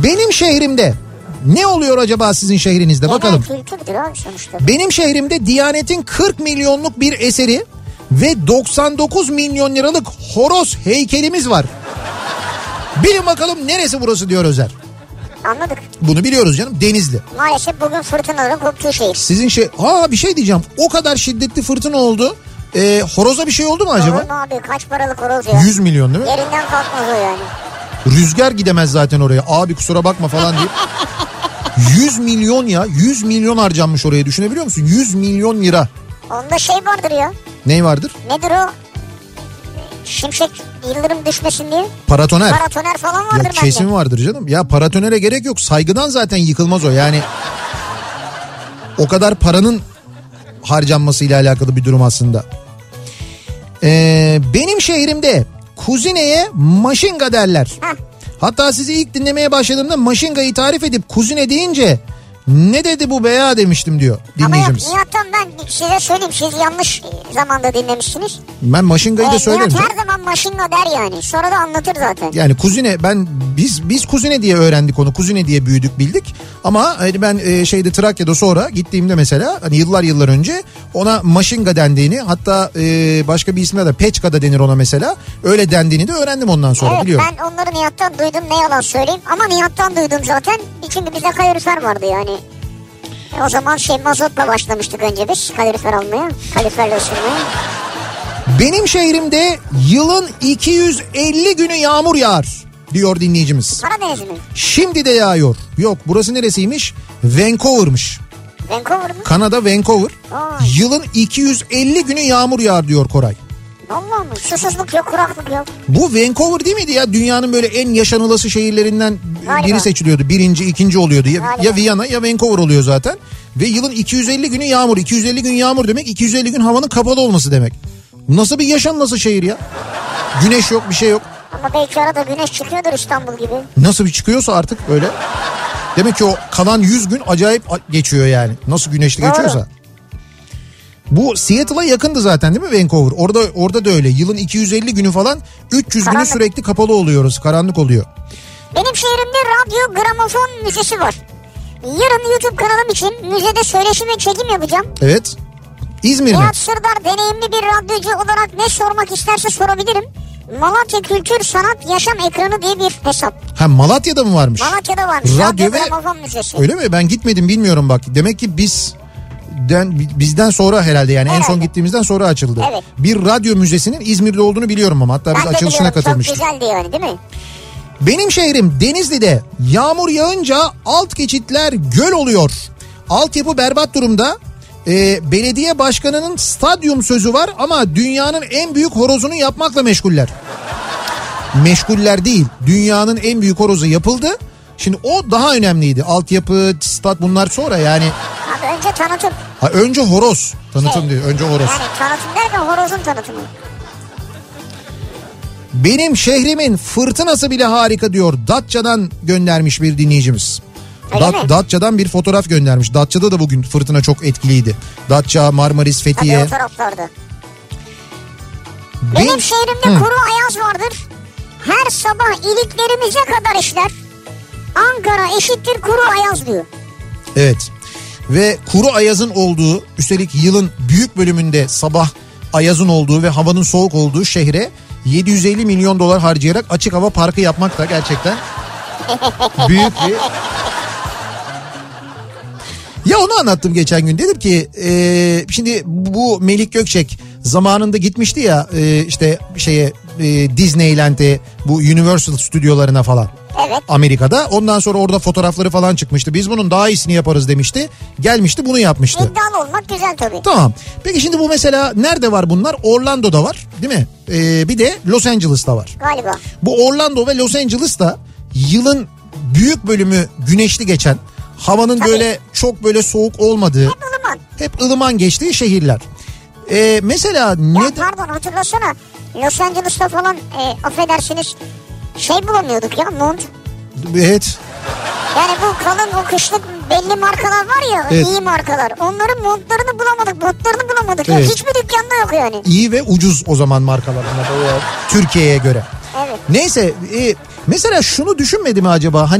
Benim şehrimde ne oluyor acaba sizin şehrinizde? Genel bakalım. kültürdür abi sonuçta. Benim şehrimde Diyanet'in kırk milyonluk bir eseri ve doksan dokuz milyon liralık horoz heykelimiz var. Bilin bakalım neresi burası diyor Özer. Anladık. Bunu biliyoruz canım, Denizli. Maalesef bugün fırtınaların koptuğu şehir. Sizin şey... Aa bir şey diyeceğim. O kadar şiddetli fırtına oldu. Ee, horoza bir şey oldu mu acaba? Olur mu abi, kaç paralık horoz ya? yüz milyon değil mi? Yerinden kalkmaz o yani. Rüzgar gidemez zaten oraya. Abi kusura bakma falan deyip. yüz milyon ya. yüz milyon harcanmış oraya, düşünebiliyor musun? yüz milyon lira. Onda şey vardır ya. Ney vardır? Nedir o? Şimşek, yıldırım düşmesin diye. Paratoner. Paratoner falan vardır ya bende. kesin vardır canım. Ya paratonere gerek yok. Saygıdan zaten yıkılmaz o. Yani o kadar paranın harcanmasıyla alakalı bir durum aslında. Ee, benim şehrimde kuzineye maşinga derler. Heh. Hatta sizi ilk dinlemeye başladığımda maşingayı tarif edip kuzine deyince ne dedi bu be ya demiştim diyor dinleyicimiz. Ama yok, Nihat'tan ben size söyleyeyim, siz yanlış zamanda dinlemişsiniz. Ben maşingayı ee, da söylerim. Nihat her zaman maşinga der yani, sonra da anlatır zaten. Yani kuzine, ben biz biz kuzine diye öğrendik onu, kuzine diye büyüdük bildik. Ama hani ben e, şeyde Trakya'da sonra gittiğimde mesela hani yıllar yıllar önce ona maşinga dendiğini, hatta e, başka bir isimle de peçka da denir ona mesela. Öyle dendiğini de öğrendim ondan sonra, evet, biliyorum. Ben onları Nihat'tan duydum, ne yalan söyleyeyim, ama Nihat'tan duydum zaten. Çünkü bizde kalorifer vardı yani. E, o zaman şey mazotla başlamıştık önce biz kalorifer almaya, kaloriferle ısınmaya. Benim şehrimde yılın iki yüz elli günü yağmur yağar diyor dinleyicimiz. Karadeniz mi? Şimdi de yağıyor. Yok, burası neresiymiş? Vancouver'mış. Vancouver mı? Kanada, Vancouver. Ay. Yılın iki yüz elli günü yağmur yağar diyor Koray. Vallahi mı? Susuzluk yok, kuraklık yok. Bu Vancouver değil miydi ya? Dünyanın böyle en yaşanılası şehirlerinden Galiba. biri seçiliyordu. Birinci, ikinci oluyordu. Ya, Galiba. ya Viyana ya Vancouver oluyor zaten. Ve yılın iki yüz elli günü yağmur. iki yüz elli gün yağmur demek iki yüz elli gün havanın kapalı olması demek. Nasıl bir yaşanılası şehir ya? Güneş yok, bir şey yok. Ama belki arada güneş çıkıyordur İstanbul gibi. Nasıl bir çıkıyorsa artık öyle. Demek ki o kalan yüz gün acayip geçiyor yani. Nasıl güneşli Doğru. geçiyorsa. Bu Seattle'a yakındı zaten değil mi Vancouver? Orada orada da öyle. Yılın iki yüz elli günü falan üç yüz günü Karanlık. sürekli kapalı oluyoruz. Karanlık oluyor. Benim şehrimde radyo gramofon müzesi var. Yarın YouTube kanalım için müzede söyleşi ve çekim yapacağım. Evet. İzmir mi? Nihat Sırdar deneyimli bir radyocu olarak ne sormak isterse sorabilirim. Malatya Kültür Sanat Yaşam Ekranı diye bir hesap. Ha, Malatya'da mı varmış? Malatya'da varmış. Radyo Radyo ve... Gramofon Müzesi. Öyle mi? Ben gitmedim, bilmiyorum bak. Demek ki biz den, bizden sonra herhalde yani herhalde. En son gittiğimizden sonra açıldı. Evet. Bir radyo müzesinin İzmir'de olduğunu biliyorum ama hatta biz ben açılışına katılmıştık. Çok güzeldi yani, değil mi? Benim şehrim Denizli'de yağmur yağınca alt geçitler göl oluyor. Altyapı berbat durumda. Ee, belediye başkanının stadyum sözü var ama dünyanın en büyük horozunu yapmakla meşguller. Meşguller değil, dünyanın en büyük horozu yapıldı. Şimdi o daha önemliydi. Altyapı, stat bunlar sonra yani. Abi önce tanıtım. Ha, önce horoz. Tanıtım şey, diyor. Önce horoz. Yani tanıtım derken horozun tanıtımı. Benim şehrimin fırtınası bile harika diyor. Datça'dan göndermiş bir dinleyicimiz. Dat, Datça'dan bir fotoğraf göndermiş. Datça'da da bugün fırtına çok etkiliydi. Datça, Marmaris, Fethiye. Tabii o taraflarda. Benim, Benim şehrimde Hı. kuru ayaz vardır. Her sabah iliklerimize kadar işler. Ankara eşittir kuru ayaz diyor. Evet. Ve kuru ayazın olduğu, üstelik yılın büyük bölümünde sabah ayazın olduğu ve havanın soğuk olduğu şehre yedi yüz elli milyon dolar harcayarak açık hava parkı yapmak da gerçekten büyük bir... Ya onu anlattım geçen gün, dedim ki e, şimdi bu Melik Gökçek zamanında gitmişti ya e, işte şeye e, Disneyland'e, bu Universal stüdyolarına falan. Evet. Amerika'da. Ondan sonra orada fotoğrafları falan çıkmıştı. Biz bunun daha iyisini yaparız demişti. Gelmişti, bunu yapmıştı. İddialı olmak güzel tabii. Tamam. Peki şimdi bu mesela nerede var bunlar? Orlando'da var değil mi? Ee, bir de Los Angeles'ta var. Galiba. Bu Orlando ve Los Angeles'ta yılın büyük bölümü güneşli geçen, havanın tabii böyle çok böyle soğuk olmadığı, hep ılıman, hep ılıman geçtiği şehirler. Ee, mesela ya ne... pardon, hatırlasana Los Angeles'ta falan e, affedersiniz şey bulamıyorduk ya, mont. Evet. Yani bu kalın, o kışlık belli markalar var ya, evet, iyi markalar. Onların montlarını bulamadık, botlarını bulamadık. Evet. Ya, hiçbir dükkanda yok yani. İyi ve ucuz o zaman markalar Türkiye'ye göre. Evet. Neyse e, mesela şunu düşünmedi mi acaba, hani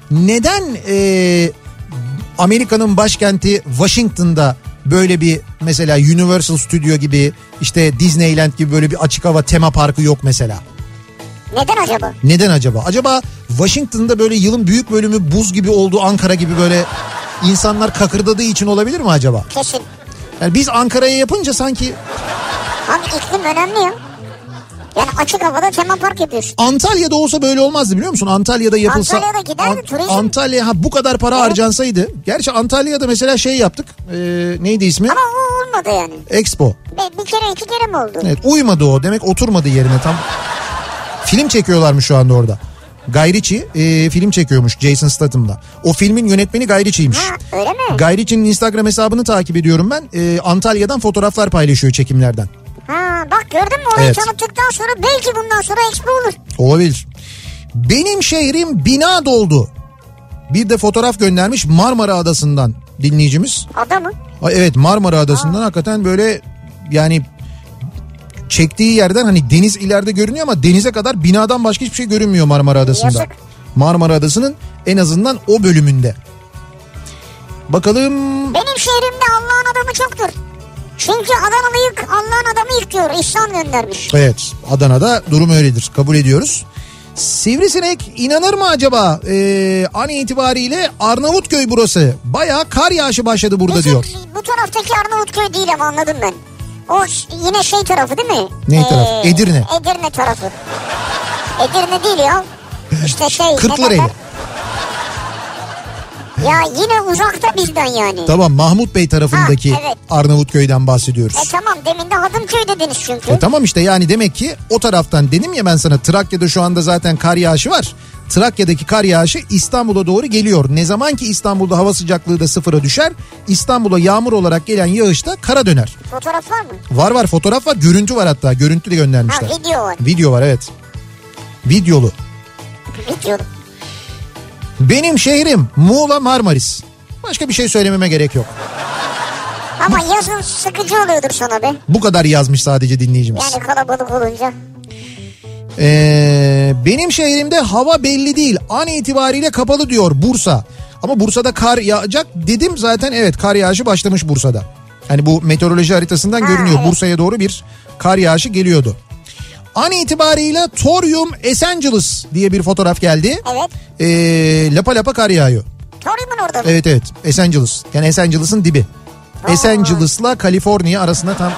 neden e, Amerika'nın başkenti Washington'da böyle bir mesela Universal Studio gibi işte Disneyland gibi böyle bir açık hava tema parkı yok mesela? Neden acaba? Neden acaba? Acaba Washington'da böyle yılın büyük bölümü buz gibi olduğu, Ankara gibi böyle insanlar kakırdadığı için olabilir mi acaba? Kesin. Yani biz Ankara'ya yapınca sanki... Abi iklim önemli ya. Yani açık havada tema park yapıyorsun. Antalya'da olsa böyle olmazdı biliyor musun? Antalya'da yapılsa... Antalya'da giderdi An- turizm. Antalya ha bu kadar para evet. harcansaydı. Gerçi Antalya'da mesela şey yaptık. E, neydi ismi? Ama o olmadı yani. Expo. Bir, bir kere iki kere mi oldu? Evet, uymadı o. Demek oturmadı yerine tam. Film çekiyorlarmış şu anda orada. Guy Ritchie e, film çekiyormuş Jason Statham'da. O filmin yönetmeni Guy Ritchie'ymiş. Ha, öyle mi? Guy Ritchie'nin Instagram hesabını takip ediyorum ben. E, Antalya'dan fotoğraflar paylaşıyor çekimlerden. Ha, bak gördün mü orayı evet. tanıttıktan sonra belki bundan sonra expo olur. Olabilir. Benim şehrim bina doldu. Bir de fotoğraf göndermiş Marmara Adası'ndan dinleyicimiz. Ada mı? Evet, Marmara Adası'ndan ha. Hakikaten böyle yani çektiği yerden hani deniz ileride görünüyor ama denize kadar binadan başka hiçbir şey görünmüyor Marmara Adası'nda. Yazık. Marmara Adası'nın en azından o bölümünde. Bakalım. Benim şehrimde Allah'ın adamı çoktur. Çünkü Adanalı yık, Allah'ın adamı yık diyor. İhsan göndermiş. Evet, Adana'da durum öyledir. Kabul ediyoruz. Sivrisinek inanır mı acaba? Ee, an itibariyle Arnavutköy burası. Bayağı kar yağışı başladı burada Bizim, diyor. Bu taraftaki Arnavutköy değil ama anladım ben. O yine şey tarafı değil mi? Ne ee, tarafı? Edirne. Edirne tarafı. Edirne değil ya. İşte şey. Kırklareli. Ya yine uzakta bizden yani. Tamam, Mahmut Bey tarafındaki ha, evet. Arnavutköy'den bahsediyoruz. E tamam, demin de Hadımköy dediniz çünkü. E tamam işte yani demek ki o taraftan dedim ya ben sana, Trakya'da şu anda zaten kar yağışı var. Trakya'daki kar yağışı İstanbul'a doğru geliyor. Ne zaman ki İstanbul'da hava sıcaklığı da sıfıra düşer, İstanbul'a yağmur olarak gelen yağış da kara döner. Fotoğraf var mı? Var var, fotoğraf var, görüntü var hatta, görüntü de göndermişler. Ha, video var. Video var evet. Videolu. Videolu. Benim şehrim Muğla Marmaris. Başka bir şey söylememe gerek yok. Ama yazın sıkıcı oluyordur sana be. Bu kadar yazmış sadece dinleyicimiz. Yani kalabalık olunca. Ee, benim şehrimde hava belli değil. An itibariyle kapalı diyor Bursa. Ama Bursa'da kar yağacak dedim zaten, evet kar yağışı başlamış Bursa'da. Hani bu meteoroloji haritasından ha, görünüyor. Evet. Bursa'ya doğru bir kar yağışı geliyordu. An itibariyle Torium Esenciles diye bir fotoğraf geldi. Evet. Ee, lapa lapa kar yağıyor. Torium'un orada mı? Evet evet, Esenciles. Yani Esenciles'ın dibi. Oo. Esenciles'la Kaliforniya arasında tam...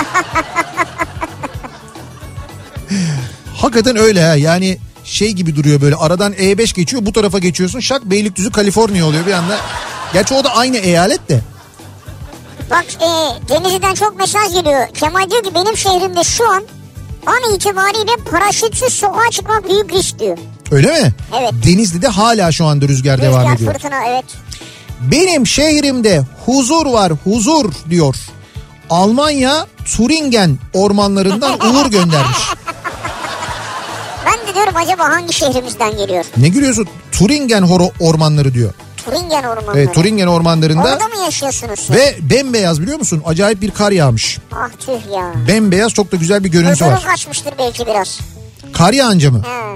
Hakikaten öyle ha, yani şey gibi duruyor böyle, aradan E beş geçiyor, bu tarafa geçiyorsun, şak Beylikdüzü Kaliforniya oluyor bir anda. Gerçi o da aynı eyalet de. Bak e, Denizli'den çok mesaj geliyor. Kemal diyor ki benim şehrimde şu an an itibariyle paraşütsüz sokağa çıkmak büyük risk diyor. Öyle mi? Evet. Denizli'de hala şu anda rüzgar, rüzgar devam ediyor. Rüzgar fırtına, evet. Benim şehrimde huzur var, huzur diyor. Almanya Turingen ormanlarından Uğur göndermiş. Ben de diyorum acaba hangi şehrimizden geliyor? Ne gülüyorsun? Turingen horo ormanları diyor. Turingen ormanları. Evet, Turingen ormanlarında. Orada mı yaşıyorsunuz siz? Ve bembeyaz, biliyor musun? Acayip bir kar yağmış. Ah tüh ya. Bembeyaz, çok da güzel bir görüntüsü Huzurun var. kaçmıştır belki biraz. Kar yağınca mı? He.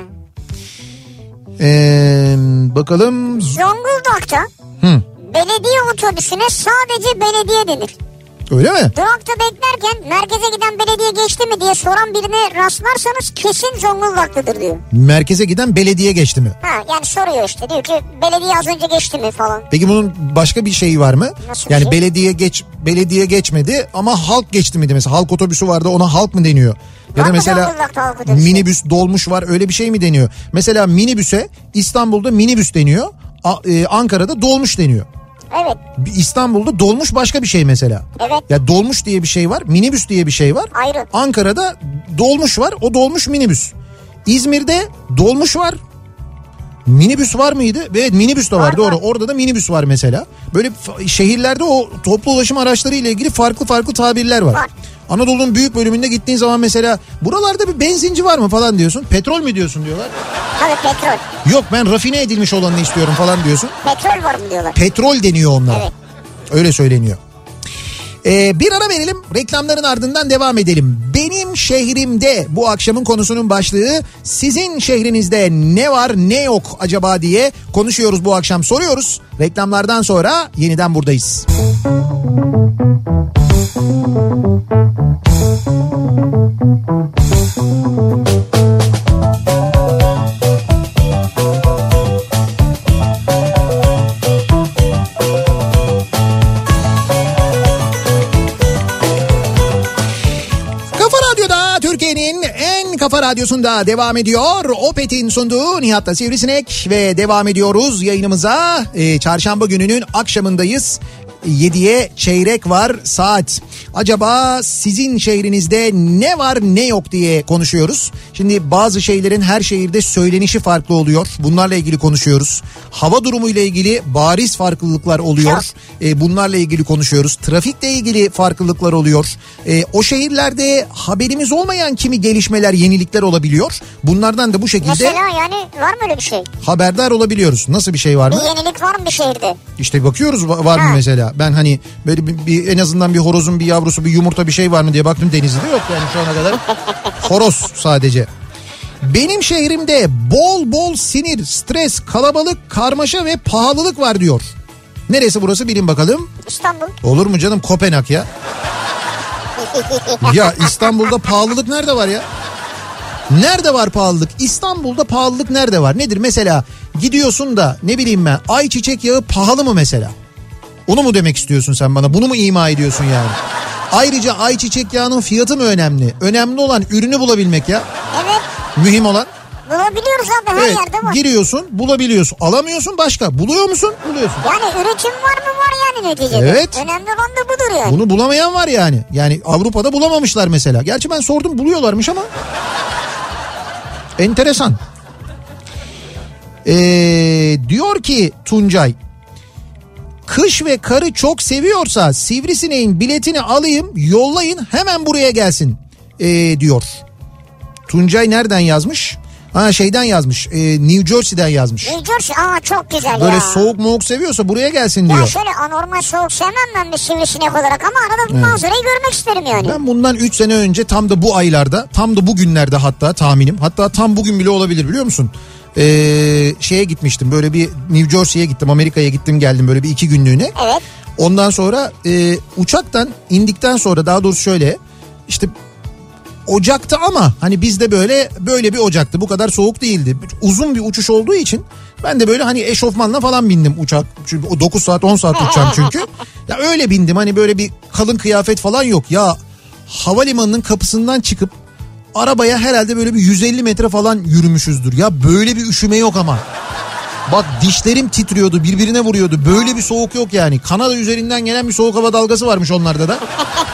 Ee, bakalım. Zonguldak'ta Hı. belediye otobüsüne sadece belediye denir. Öyle mi? Durakta beklerken merkeze giden belediye geçti mi diye soran birine rastlarsanız kesin Zonguldak'tadır diyor. Merkeze giden belediye geçti mi? Ha, yani soruyor işte, diyor ki belediye az önce geçti mi falan. Peki bunun başka bir şeyi var mı? Nasıl yani şey? belediye geç belediye geçmedi ama halk geçti mi de, mesela halk otobüsü vardı, ona halk mı deniyor? Ya var da mesela minibüs, dolmuş var, öyle bir şey mi deniyor? Mesela minibüse İstanbul'da minibüs deniyor, Ankara'da dolmuş deniyor. Evet. İstanbul'da dolmuş başka bir şey mesela. Evet. Ya dolmuş diye bir şey var, minibüs diye bir şey var. Ayrı. Ankara'da dolmuş var, o dolmuş minibüs. İzmir'de dolmuş var. Minibüs var mıydı? Evet, minibüs de var, var doğru. Var. Orada da minibüs var mesela. Böyle şehirlerde o toplu ulaşım araçları ile ilgili farklı farklı tabirler var. Var. Anadolu'nun büyük bölümünde gittiğin zaman mesela buralarda bir benzinci var mı falan diyorsun. Petrol mü diyorsun diyorlar. Tabii petrol. Yok, ben rafine edilmiş olanını istiyorum falan diyorsun. Petrol var mı diyorlar. Petrol deniyor onlara. Evet. Öyle söyleniyor. Ee, bir ara verelim, reklamların ardından devam edelim. Beni Benim şehrimde bu akşamın konusunun başlığı. Sizin şehrinizde ne var ne yok acaba diye konuşuyoruz bu akşam, soruyoruz. Reklamlardan sonra yeniden buradayız. Kafa Radyosu'nda devam ediyor. Opet'in sunduğu Nihat'la Sivrisinek ve devam ediyoruz yayınımıza. Ee, çarşamba gününün akşamındayız. yediye çeyrek var saat. Acaba sizin şehrinizde ne var ne yok diye konuşuyoruz. Şimdi bazı şeylerin her şehirde söylenişi farklı oluyor. Bunlarla ilgili konuşuyoruz. Hava durumuyla ilgili bariz farklılıklar oluyor. Ee, bunlarla ilgili konuşuyoruz. Trafikle ilgili farklılıklar oluyor. Ee, o şehirlerde haberimiz olmayan kimi gelişmeler, yenilikler olabiliyor. Bunlardan da bu şekilde... Mesela yani var mı öyle bir şey? Haberdar olabiliyoruz. Nasıl bir şey var mı? Bir yenilik var mı bir şehirde? İşte bakıyoruz var ha. mı mesela. Ben hani böyle bir, bir en azından bir horozun bir yavrusu, bir yumurta, bir şey var mı diye baktım, Denizli'de yok yani şu ana kadar. Horoz sadece. Benim şehrimde bol bol sinir, stres, kalabalık, karmaşa ve pahalılık var diyor. Neresi burası bilin bakalım. İstanbul. Olur mu canım, Kopenhag ya. Ya İstanbul'da pahalılık nerede var ya? Nerede var pahalılık? İstanbul'da pahalılık nerede var? Nedir mesela? Gidiyorsun da ne bileyim ben, ayçiçek yağı pahalı mı mesela? Onu mu demek istiyorsun sen bana? Bunu mu ima ediyorsun yani? Ayrıca ayçiçek yağının fiyatı mı önemli? Önemli olan ürünü bulabilmek ya. Evet. Mühim olan. Bulabiliyoruz abi, her evet, yerde var. Giriyorsun, bulabiliyorsun. Alamıyorsun başka. Buluyor musun? Buluyorsun. Yani üretim var mı? Var yani neticede. Evet. Önemli olan da budur yani. Bunu bulamayan var yani. Yani Avrupa'da bulamamışlar mesela. Gerçi ben sordum, buluyorlarmış ama. Enteresan. Ee, diyor ki Tuncay, kış ve karı çok seviyorsa Sivrisineğin biletini alayım, yollayın, hemen buraya gelsin ee, diyor. Tuncay nereden yazmış? Ha şeyden yazmış, e, New Jersey'den yazmış. New Jersey, aa çok güzel Böyle ya. Böyle soğuk moğuk seviyorsa buraya gelsin diyor. Ya şöyle anormal soğuk sevmem ben bir sivrisinek olarak ama arada bu evet. manzarayı görmek isterim yani. Ben bundan üç sene önce tam da bu aylarda, tam da bugünlerde hatta tahminim, hatta tam bugün bile olabilir biliyor musun? Ee, şeye gitmiştim, böyle bir New Jersey'ye gittim, Amerika'ya gittim geldim böyle bir iki günlüğüne. Evet. Ondan sonra e, uçaktan indikten sonra, daha doğrusu şöyle işte Ocak'ta ama hani bizde böyle böyle bir Ocak'tı, bu kadar soğuk değildi. Uzun bir uçuş olduğu için ben de böyle hani eşofmanla falan bindim uçak. Çünkü o dokuz saat on saat uçacağım çünkü. Ya öyle bindim, hani böyle bir kalın kıyafet falan yok. Ya havalimanının kapısından çıkıp arabaya herhalde böyle bir yüz elli metre falan yürümüşüzdür. Ya böyle bir üşüme yok ama. Bak dişlerim titriyordu, birbirine vuruyordu. Böyle bir soğuk yok yani. Kanada üzerinden gelen bir soğuk hava dalgası varmış onlarda da.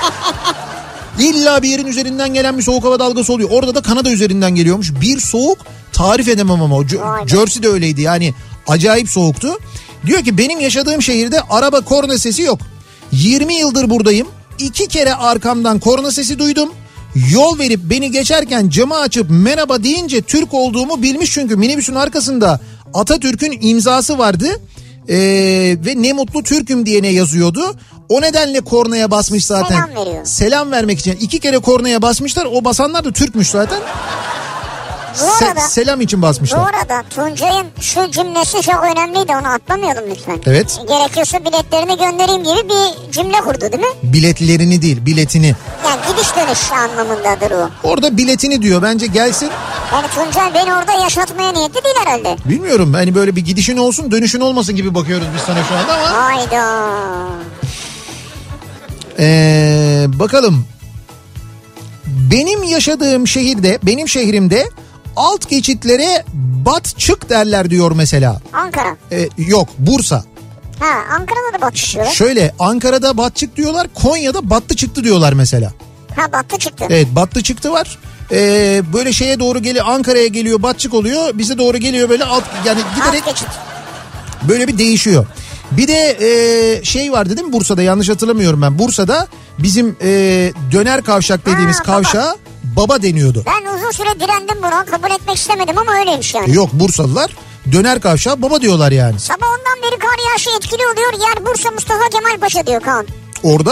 İlla bir yerin üzerinden gelen bir soğuk hava dalgası oluyor. Orada da Kanada üzerinden geliyormuş. Bir soğuk tarif edemem ama. O Jersey de öyleydi yani. Acayip soğuktu. Diyor ki benim yaşadığım şehirde araba korna sesi yok. yirmi yıldır buradayım. İki kere arkamdan korna sesi duydum. Yol verip beni geçerken camı açıp merhaba deyince Türk olduğumu bilmiş, çünkü minibüsün arkasında Atatürk'ün imzası vardı. Ee, ve ne mutlu Türk'üm diyene yazıyordu. O nedenle kornaya basmış zaten. Selam veriyor. Selam vermek için. İki kere kornaya basmışlar. O basanlar da Türkmüş zaten. Bu arada, Se- selam için basmışlar. Bu arada Tuncay'ın şu cümlesi çok önemliydi, onu atlamayalım lütfen. Evet. Gerekiyorsa biletlerini göndereyim gibi bir cümle kurdu değil mi? Biletlerini değil, biletini. Yani gidiş dönüş anlamındadır o. Orada biletini diyor, bence gelsin. Yani Tuncay beni orada yaşatmaya niyetli değil herhalde. Bilmiyorum, hani böyle bir gidişin olsun dönüşün olmasın gibi bakıyoruz biz sana şu anda ama. Hayda. Ee, bakalım. Benim yaşadığım şehirde, benim şehrimde alt geçitlere bat çık derler diyor mesela. Ankara. Ee, yok, Bursa. Ha, Ankara'da da bat çık diyorlar. Şöyle, Ankara'da bat çık diyorlar, Konya'da battı çıktı diyorlar mesela. Ha, battı çıktı. Evet, battı çıktı var. Ee, böyle şeye doğru geliyor, Ankara'ya geliyor batçık oluyor, bize doğru geliyor böyle alt, yani giderek alt geçit. Böyle bir değişiyor. Bir de e, şey vardı değil mi Bursa'da, yanlış hatırlamıyorum ben. Bursa'da bizim e, döner kavşak dediğimiz ha, kavşağa baba. baba deniyordu. Ben uzun süre direndim buna, kabul etmek istemedim ama öyleymiş yani. Yok, Bursalılar döner kavşağa baba diyorlar yani. Sabah ondan beri kar yağışı etkili oluyor. Yer Bursa Mustafa Kemal Paşa diyor Kaan. Orada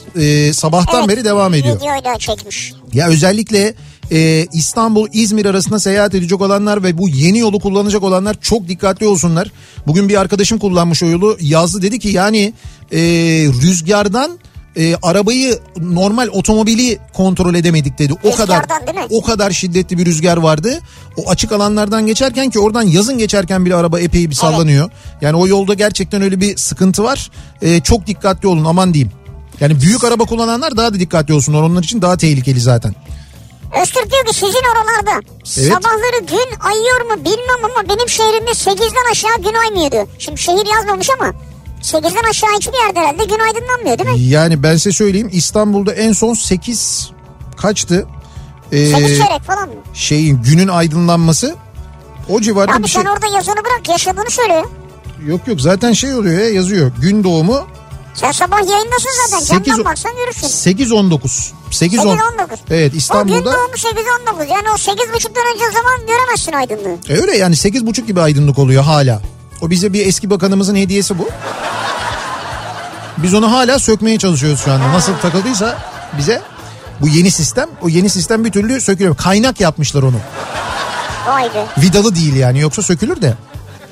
e, sabahtan evet, beri devam ediyor. Videoyu da çekmiş. Ya özellikle e, İstanbul-İzmir arasında seyahat edecek olanlar ve bu yeni yolu kullanacak olanlar çok dikkatli olsunlar. Bugün bir arkadaşım kullanmış o yolu, yazdı, dedi ki yani e, rüzgardan e, arabayı, normal otomobili kontrol edemedik dedi. O kadar o kadar şiddetli bir rüzgar vardı. O açık alanlardan geçerken, ki oradan yazın geçerken bile araba epey bir sallanıyor. Evet. Yani o yolda gerçekten öyle bir sıkıntı var. E, çok dikkatli olun, aman diyeyim. Yani büyük araba kullananlar daha da dikkatli olsunlar. Onlar için daha tehlikeli zaten. Öztürk diyor ki sizin oralarda evet. sabahları gün ayıyor mu bilmem ama benim şehrimde sekizden aşağı gün aymıyor diyor. Şimdi şehir yazmamış ama sekizden aşağı hiçbir yerde herhalde gün aydınlanmıyor değil mi? Yani ben size söyleyeyim, İstanbul'da en son sekiz kaçtı? Ee, sekiz çeyrek falan mı? Şeyin, günün aydınlanması o civarda abi bir şey. Abi sen orada yazını bırak, yaşadığını söyle. Yok yok, zaten şey oluyor ya, yazıyor. Gün doğumu. Sen sabah yayındasın zaten. Camdan baksan görürsün. sekiz on dokuz. sekiz on dokuz. Evet, İstanbul'da. O gün doğumu sekiz on dokuz. Yani o sekiz buçuktan önce zaman göremezsin aydınlığı. E öyle yani, sekiz buçuk gibi aydınlık oluyor hala. O bize bir eski bakanımızın hediyesi bu. Biz onu hala sökmeye çalışıyoruz şu anda. Nasıl takıldıysa bize bu yeni sistem, o yeni sistem bir türlü sökülüyor. Kaynak yapmışlar onu. Vay be. Vidalı değil yani, yoksa sökülür de.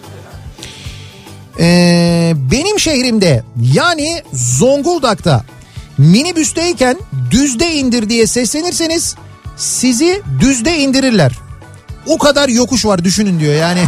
Ee, benim şehrimde, yani Zonguldak'ta minibüsteyken düzde indir diye seslenirseniz sizi düzde indirirler. O kadar yokuş var, düşünün diyor yani.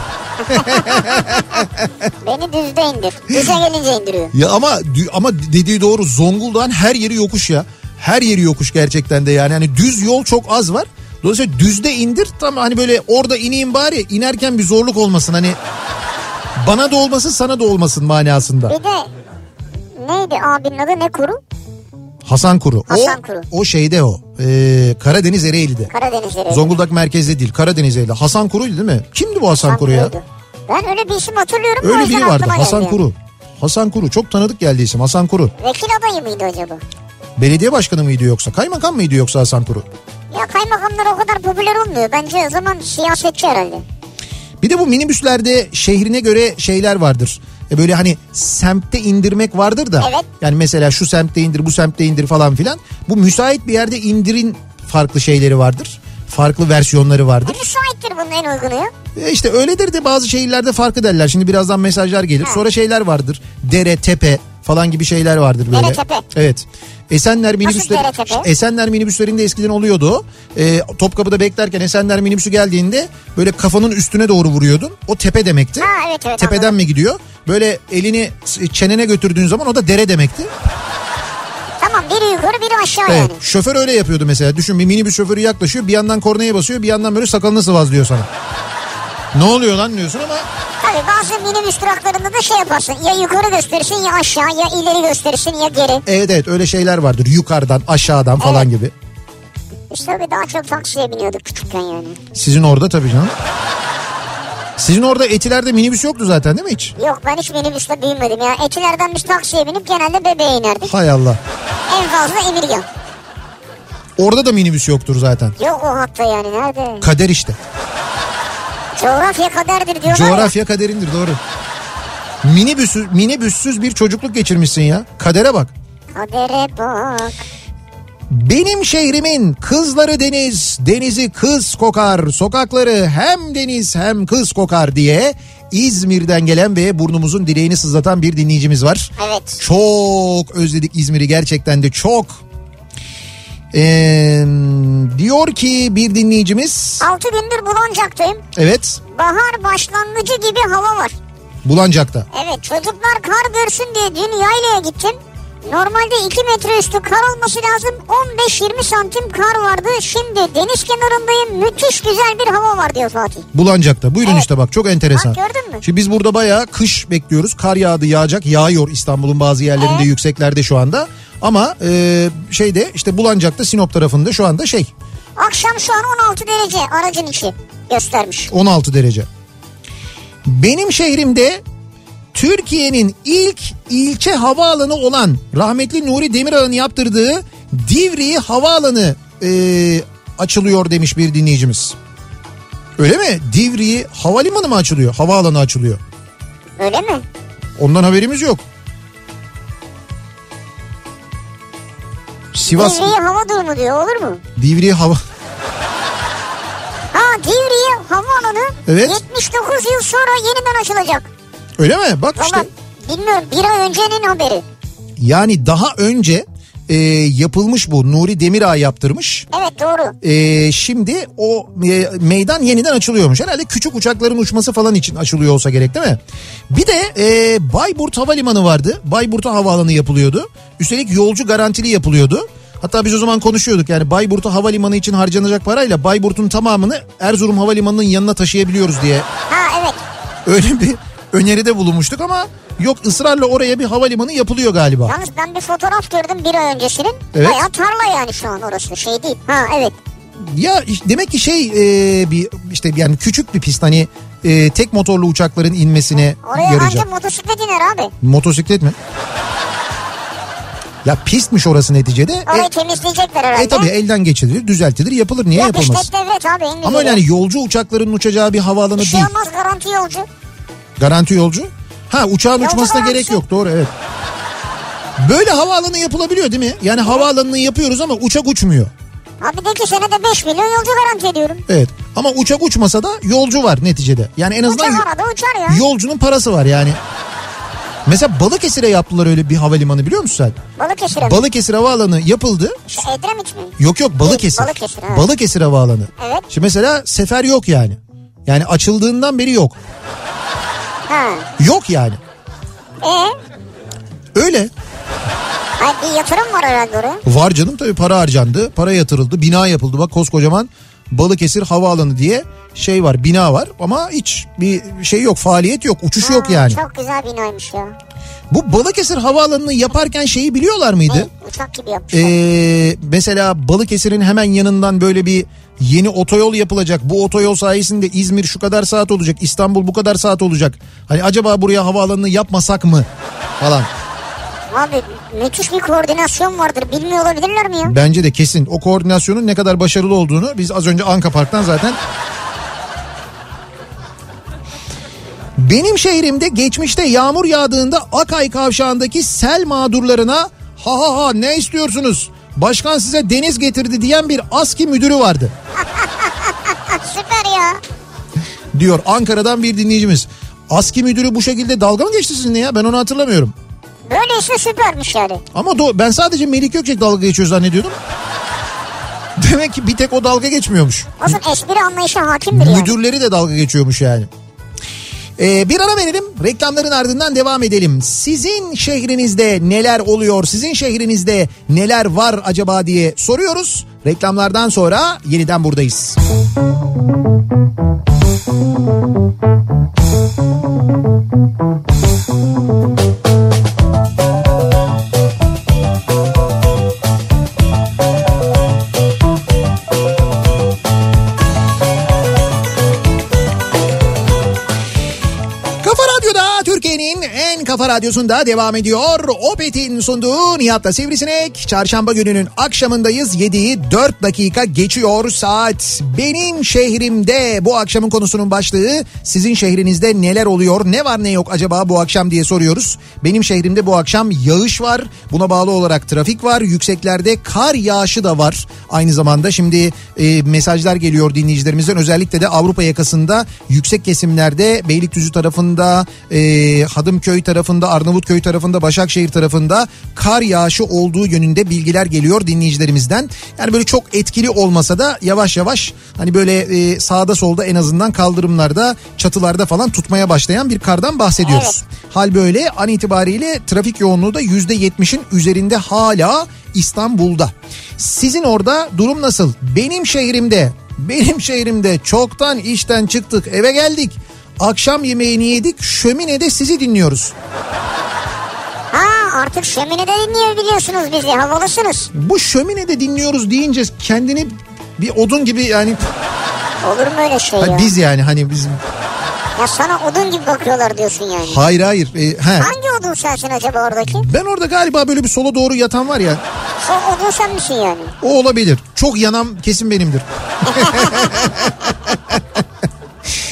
Beni düzde indir. Düze gelince indiriyor. Ya ama ama dediği doğru, Zonguldak'ın her yeri yokuş ya. Her yeri yokuş gerçekten de yani. Hani düz yol çok az var. Dolayısıyla düzde indir, tam hani böyle orada ineyim bari, inerken bir zorluk olmasın hani. Bana da olmasın, sana da olmasın manasında. Bir de neydi abinin adı, ne kuru? Hasan Kuru. Hasan o, Kuru. O şeyde o. Ee, Karadeniz Ereğli'de. Karadeniz Ereğli. Zonguldak merkezde değil, Karadeniz Ereğli. Hasan Kuru'ydu değil mi? Kimdi bu Hasan, Hasan Kuru ya? Kuruydu. Ben öyle bir isim hatırlıyorum. Öyle biri vardı, Hasan Kuru. Yani. Hasan Kuru, çok tanıdık geldi isim, Hasan Kuru. Vekil adayı mıydı acaba? Belediye başkanı mıydı yoksa? Kaymakam mıydı yoksa Hasan Kuru? Ya kaymakamlar o kadar popüler olmuyor. Bence o zaman siyasetçi herhalde. Bir de bu minibüslerde şehrine göre şeyler vardır. E böyle hani semtte indirmek vardır da. Evet. Yani mesela şu semtte indir, bu semtte indir falan filan. Bu müsait bir yerde indirin farklı şeyleri vardır. Farklı versiyonları vardır. E müsaittir bunun en uygunu ya. E işte öyledir de bazı şehirlerde farkı derler. Şimdi birazdan mesajlar gelir. Ha. Sonra şeyler vardır. Dere, tepe falan gibi şeyler vardır böyle. Dere, tepe. Evet. Esenler minibüsleri, Esenler minibüslerinde eskiden oluyordu o. E, Topkapı'da beklerken Esenler minibüsü geldiğinde böyle kafanın üstüne doğru vuruyordun. O tepe demekti. Ha, evet, evet, Tepeden anladım. Mi gidiyor? Böyle elini çenene götürdüğün zaman o da dere demekti. Tamam, biri yukarı biri aşağı evet, yani. Şoför öyle yapıyordu mesela. Düşün, bir minibüs şoförü yaklaşıyor, bir yandan kornaya basıyor, bir yandan böyle sakalını sıvazlıyor sana. Ne oluyor lan diyorsun ama. Tabii bazı minibüs duraklarında da şey yaparsın. Ya yukarı gösterirsin ya aşağı, ya ileri gösterirsin ya geri. Evet evet, öyle şeyler vardır. Yukarıdan aşağıdan evet. falan gibi. Biz tabii daha çok taksiye biniyorduk küçükken yani. Sizin orada tabii canım. Sizin orada Etiler'de minibüs yoktu zaten değil mi hiç? Yok, ben hiç minibüsle büyümedim ya. Etiler'den biz taksiye binip genelde Bebeğe inerdik. Hay Allah. En fazla Emirgan. Orada da minibüs yoktur zaten. Yok o hatta yani, nerede? Kader işte. Coğrafya kaderdir diyorlar. Coğrafya ya. kaderindir, doğru. Minibüsüz, minibüssüz bir çocukluk geçirmişsin ya. Kadere bak. Kadere bak. Benim şehrimin kızları deniz, denizi kız kokar, sokakları hem deniz hem kız kokar diye İzmir'den gelen ve burnumuzun direğini sızlatan bir dinleyicimiz var. Evet. Çok özledik İzmir'i, gerçekten de çok. Ee, diyor ki bir dinleyicimiz. Altı gündür Bulancak'tayım. Evet. Bahar başlangıcı gibi hava var. Bulancak'ta. Evet, çocuklar kar görsün diye dün yaylaya gittim. Normalde iki metre üstü kar olması lazım. on beş yirmi santim kar vardı. Şimdi deniz kenarındayım. Müthiş güzel bir hava var diyor Fatih. Bulancak'ta. Buyurun evet. işte bak, çok enteresan. Bak, gördün mü? Şimdi biz burada bayağı kış bekliyoruz. Kar yağdı, yağacak. Yağıyor İstanbul'un bazı yerlerinde, evet. yükseklerde şu anda. Ama e, şeyde işte Bulancak'ta, Sinop tarafında şu anda şey. Akşam şu an on altı derece aracın içi göstermiş. on altı derece. Benim şehrimde Türkiye'nin ilk ilçe havaalanı olan rahmetli Nuri Demirağ'ın yaptırdığı Divriği Havaalanı e, açılıyor demiş bir dinleyicimiz. Öyle mi? Divriği Havalimanı mı açılıyor? Havaalanı açılıyor. Öyle mi? Ondan haberimiz yok. Sivas. Divriğe hava durumu diyor, olur mu? Divriğe hava... Ha, Divriğe havaalanı evet. yetmiş dokuz yıl sonra yeniden açılacak. Öyle mi? Bak işte. Vallahi bilmiyorum, bir ay öncenin haberi. Yani daha önce e, yapılmış bu. Nuri Demirağ yaptırmış. Evet, doğru. E, şimdi o e, meydan yeniden açılıyormuş. Herhalde küçük uçakların uçması falan için açılıyor olsa gerek, değil mi? Bir de e, Bayburt Havalimanı vardı. Bayburt'a havaalanı yapılıyordu. Üstelik yolcu garantili yapılıyordu. Hatta biz o zaman konuşuyorduk, yani Bayburt'a havalimanı için harcanacak parayla Bayburt'un tamamını Erzurum Havalimanı'nın yanına taşıyabiliyoruz diye. Ha, evet. Öyle bir öneride bulunmuştuk ama yok, ısrarla oraya bir havalimanı yapılıyor galiba. Yalnız ben bir fotoğraf gördüm bir ay öncesinin. Evet. Bayağı tarla yani şu an orası, şey değil. Ha, evet. Ya demek ki şey e, bir işte yani küçük bir pist, hani e, tek motorlu uçakların inmesine oraya yarayacak. ancak motosiklet iner abi. Motosiklet mi? Ya pistmiş orası neticede. Orayı e, temizleyecekler herhalde. E tabii elden geçirilir, düzeltilir, yapılır. Niye ya yapılmaz? işte evet abi, en Ama öyle yani yolcu uçaklarının uçacağı bir havaalanı bir şey değil. olmaz, garanti yolcu. Garanti yolcu? Ha, uçağın Yolcu uçmasına garantisi. gerek yok, doğru, evet. Böyle havaalanı yapılabiliyor değil mi? Yani havaalanını yapıyoruz ama uçak uçmuyor. Abi de ki senede beş milyon yolcu garanti ediyorum. Evet, ama uçak uçmasa da yolcu var neticede. Yani en azından uçak arada uçar ya. Yolcunun parası var yani. Mesela Balıkesir'e yaptılar öyle bir havalimanı, biliyor musun sen? Balıkesir'e mi? Balıkesir Havaalanı yapıldı. Şu Edremit mi? Yok yok, Balıkesir. Değil, Balıkesir, evet. Balıkesir Havaalanı. Evet. Şimdi mesela sefer yok yani. Yani açıldığından beri yok. Ha. Yok yani. Ee? Öyle. Hayır, bir yatırım var herhalde oraya. Var canım, tabii para harcandı. Para yatırıldı. Bina yapıldı. Bak koskocaman Balıkesir Havaalanı diye şey var. Bina var ama hiç bir şey yok. Faaliyet yok. Uçuş Ha, yok yani. Çok güzel binaymış ya. Bu Balıkesir Havaalanı'nı yaparken şeyi biliyorlar mıydı? Ne? Uçak gibi yapmışlar. Ee, mesela Balıkesir'in hemen yanından böyle bir yeni otoyol yapılacak. Bu otoyol sayesinde İzmir şu kadar saat olacak, İstanbul bu kadar saat olacak. Hani acaba buraya havaalanını yapmasak mı falan. Abi müthiş bir koordinasyon vardır. Bilmiyor olabilirler mi ya? Bence de kesin. O koordinasyonun ne kadar başarılı olduğunu biz az önce Anka Park'tan zaten... Benim şehrimde geçmişte yağmur yağdığında Akay Kavşağı'ndaki sel mağdurlarına ha ha ha ne istiyorsunuz? Başkan size deniz getirdi diyen bir ASKİ müdürü vardı. Süper ya. Diyor Ankara'dan bir dinleyicimiz. ASKİ müdürü bu şekilde dalga mı geçti sizinle ya? Ben onu hatırlamıyorum. Böyleyse süpermiş yani. Ama do- ben sadece Melik Gökçek dalga geçiyor zannediyordum. Demek ki bir tek o dalga geçmiyormuş. Olsun, espri anlayışa hakimdir yani. Müdürleri de dalga geçiyormuş yani. Ee, bir ara verelim, reklamların ardından devam edelim. Sizin şehrinizde neler oluyor, sizin şehrinizde neler var acaba diye soruyoruz. Reklamlardan sonra yeniden buradayız. Kafa Radyosu'nda devam ediyor. Opet'in sunduğu Nihat'la Sivrisinek. Çarşamba gününün akşamındayız. yediyi dört dakika geçiyor saat. Benim şehrimde bu akşamın konusunun başlığı. Sizin şehrinizde neler oluyor, ne var ne yok acaba bu akşam diye soruyoruz. Benim şehrimde bu akşam yağış var. Buna bağlı olarak trafik var. Yükseklerde kar yağışı da var. Aynı zamanda şimdi e, mesajlar geliyor dinleyicilerimizden. Özellikle de Avrupa yakasında yüksek kesimlerde Beylikdüzü tarafında, e, Hadımköy tarafında, Arnavutköy tarafında, Başakşehir tarafında kar yağışı olduğu yönünde bilgiler geliyor dinleyicilerimizden. Yani böyle çok etkili olmasa da yavaş yavaş hani böyle e, sağda solda en azından kaldırımlarda, çatılarda falan tutmaya başlayan bir kardan bahsediyoruz. Evet. Hal böyle an itibariyle trafik yoğunluğu da yüzde yetmişin üzerinde hala İstanbul'da. Sizin orada durum nasıl? Benim şehrimde, benim şehrimde çoktan işten çıktık, eve geldik. Akşam yemeğini yedik, şöminede sizi dinliyoruz. Ha, artık şöminede dinleyebiliyorsunuz bizi, havalısınız. Bu şöminede dinliyoruz deyince kendini bir odun gibi yani... Olur mu öyle şey ya? Biz yani hani bizim... Ya sana odun gibi bakıyorlar diyorsun yani. Hayır hayır. E, he. Hangi odun sensin acaba oradaki? Ben orada galiba böyle bir sola doğru yatan var ya. O odun sen misin yani? O olabilir. Çok yanam kesin benimdir.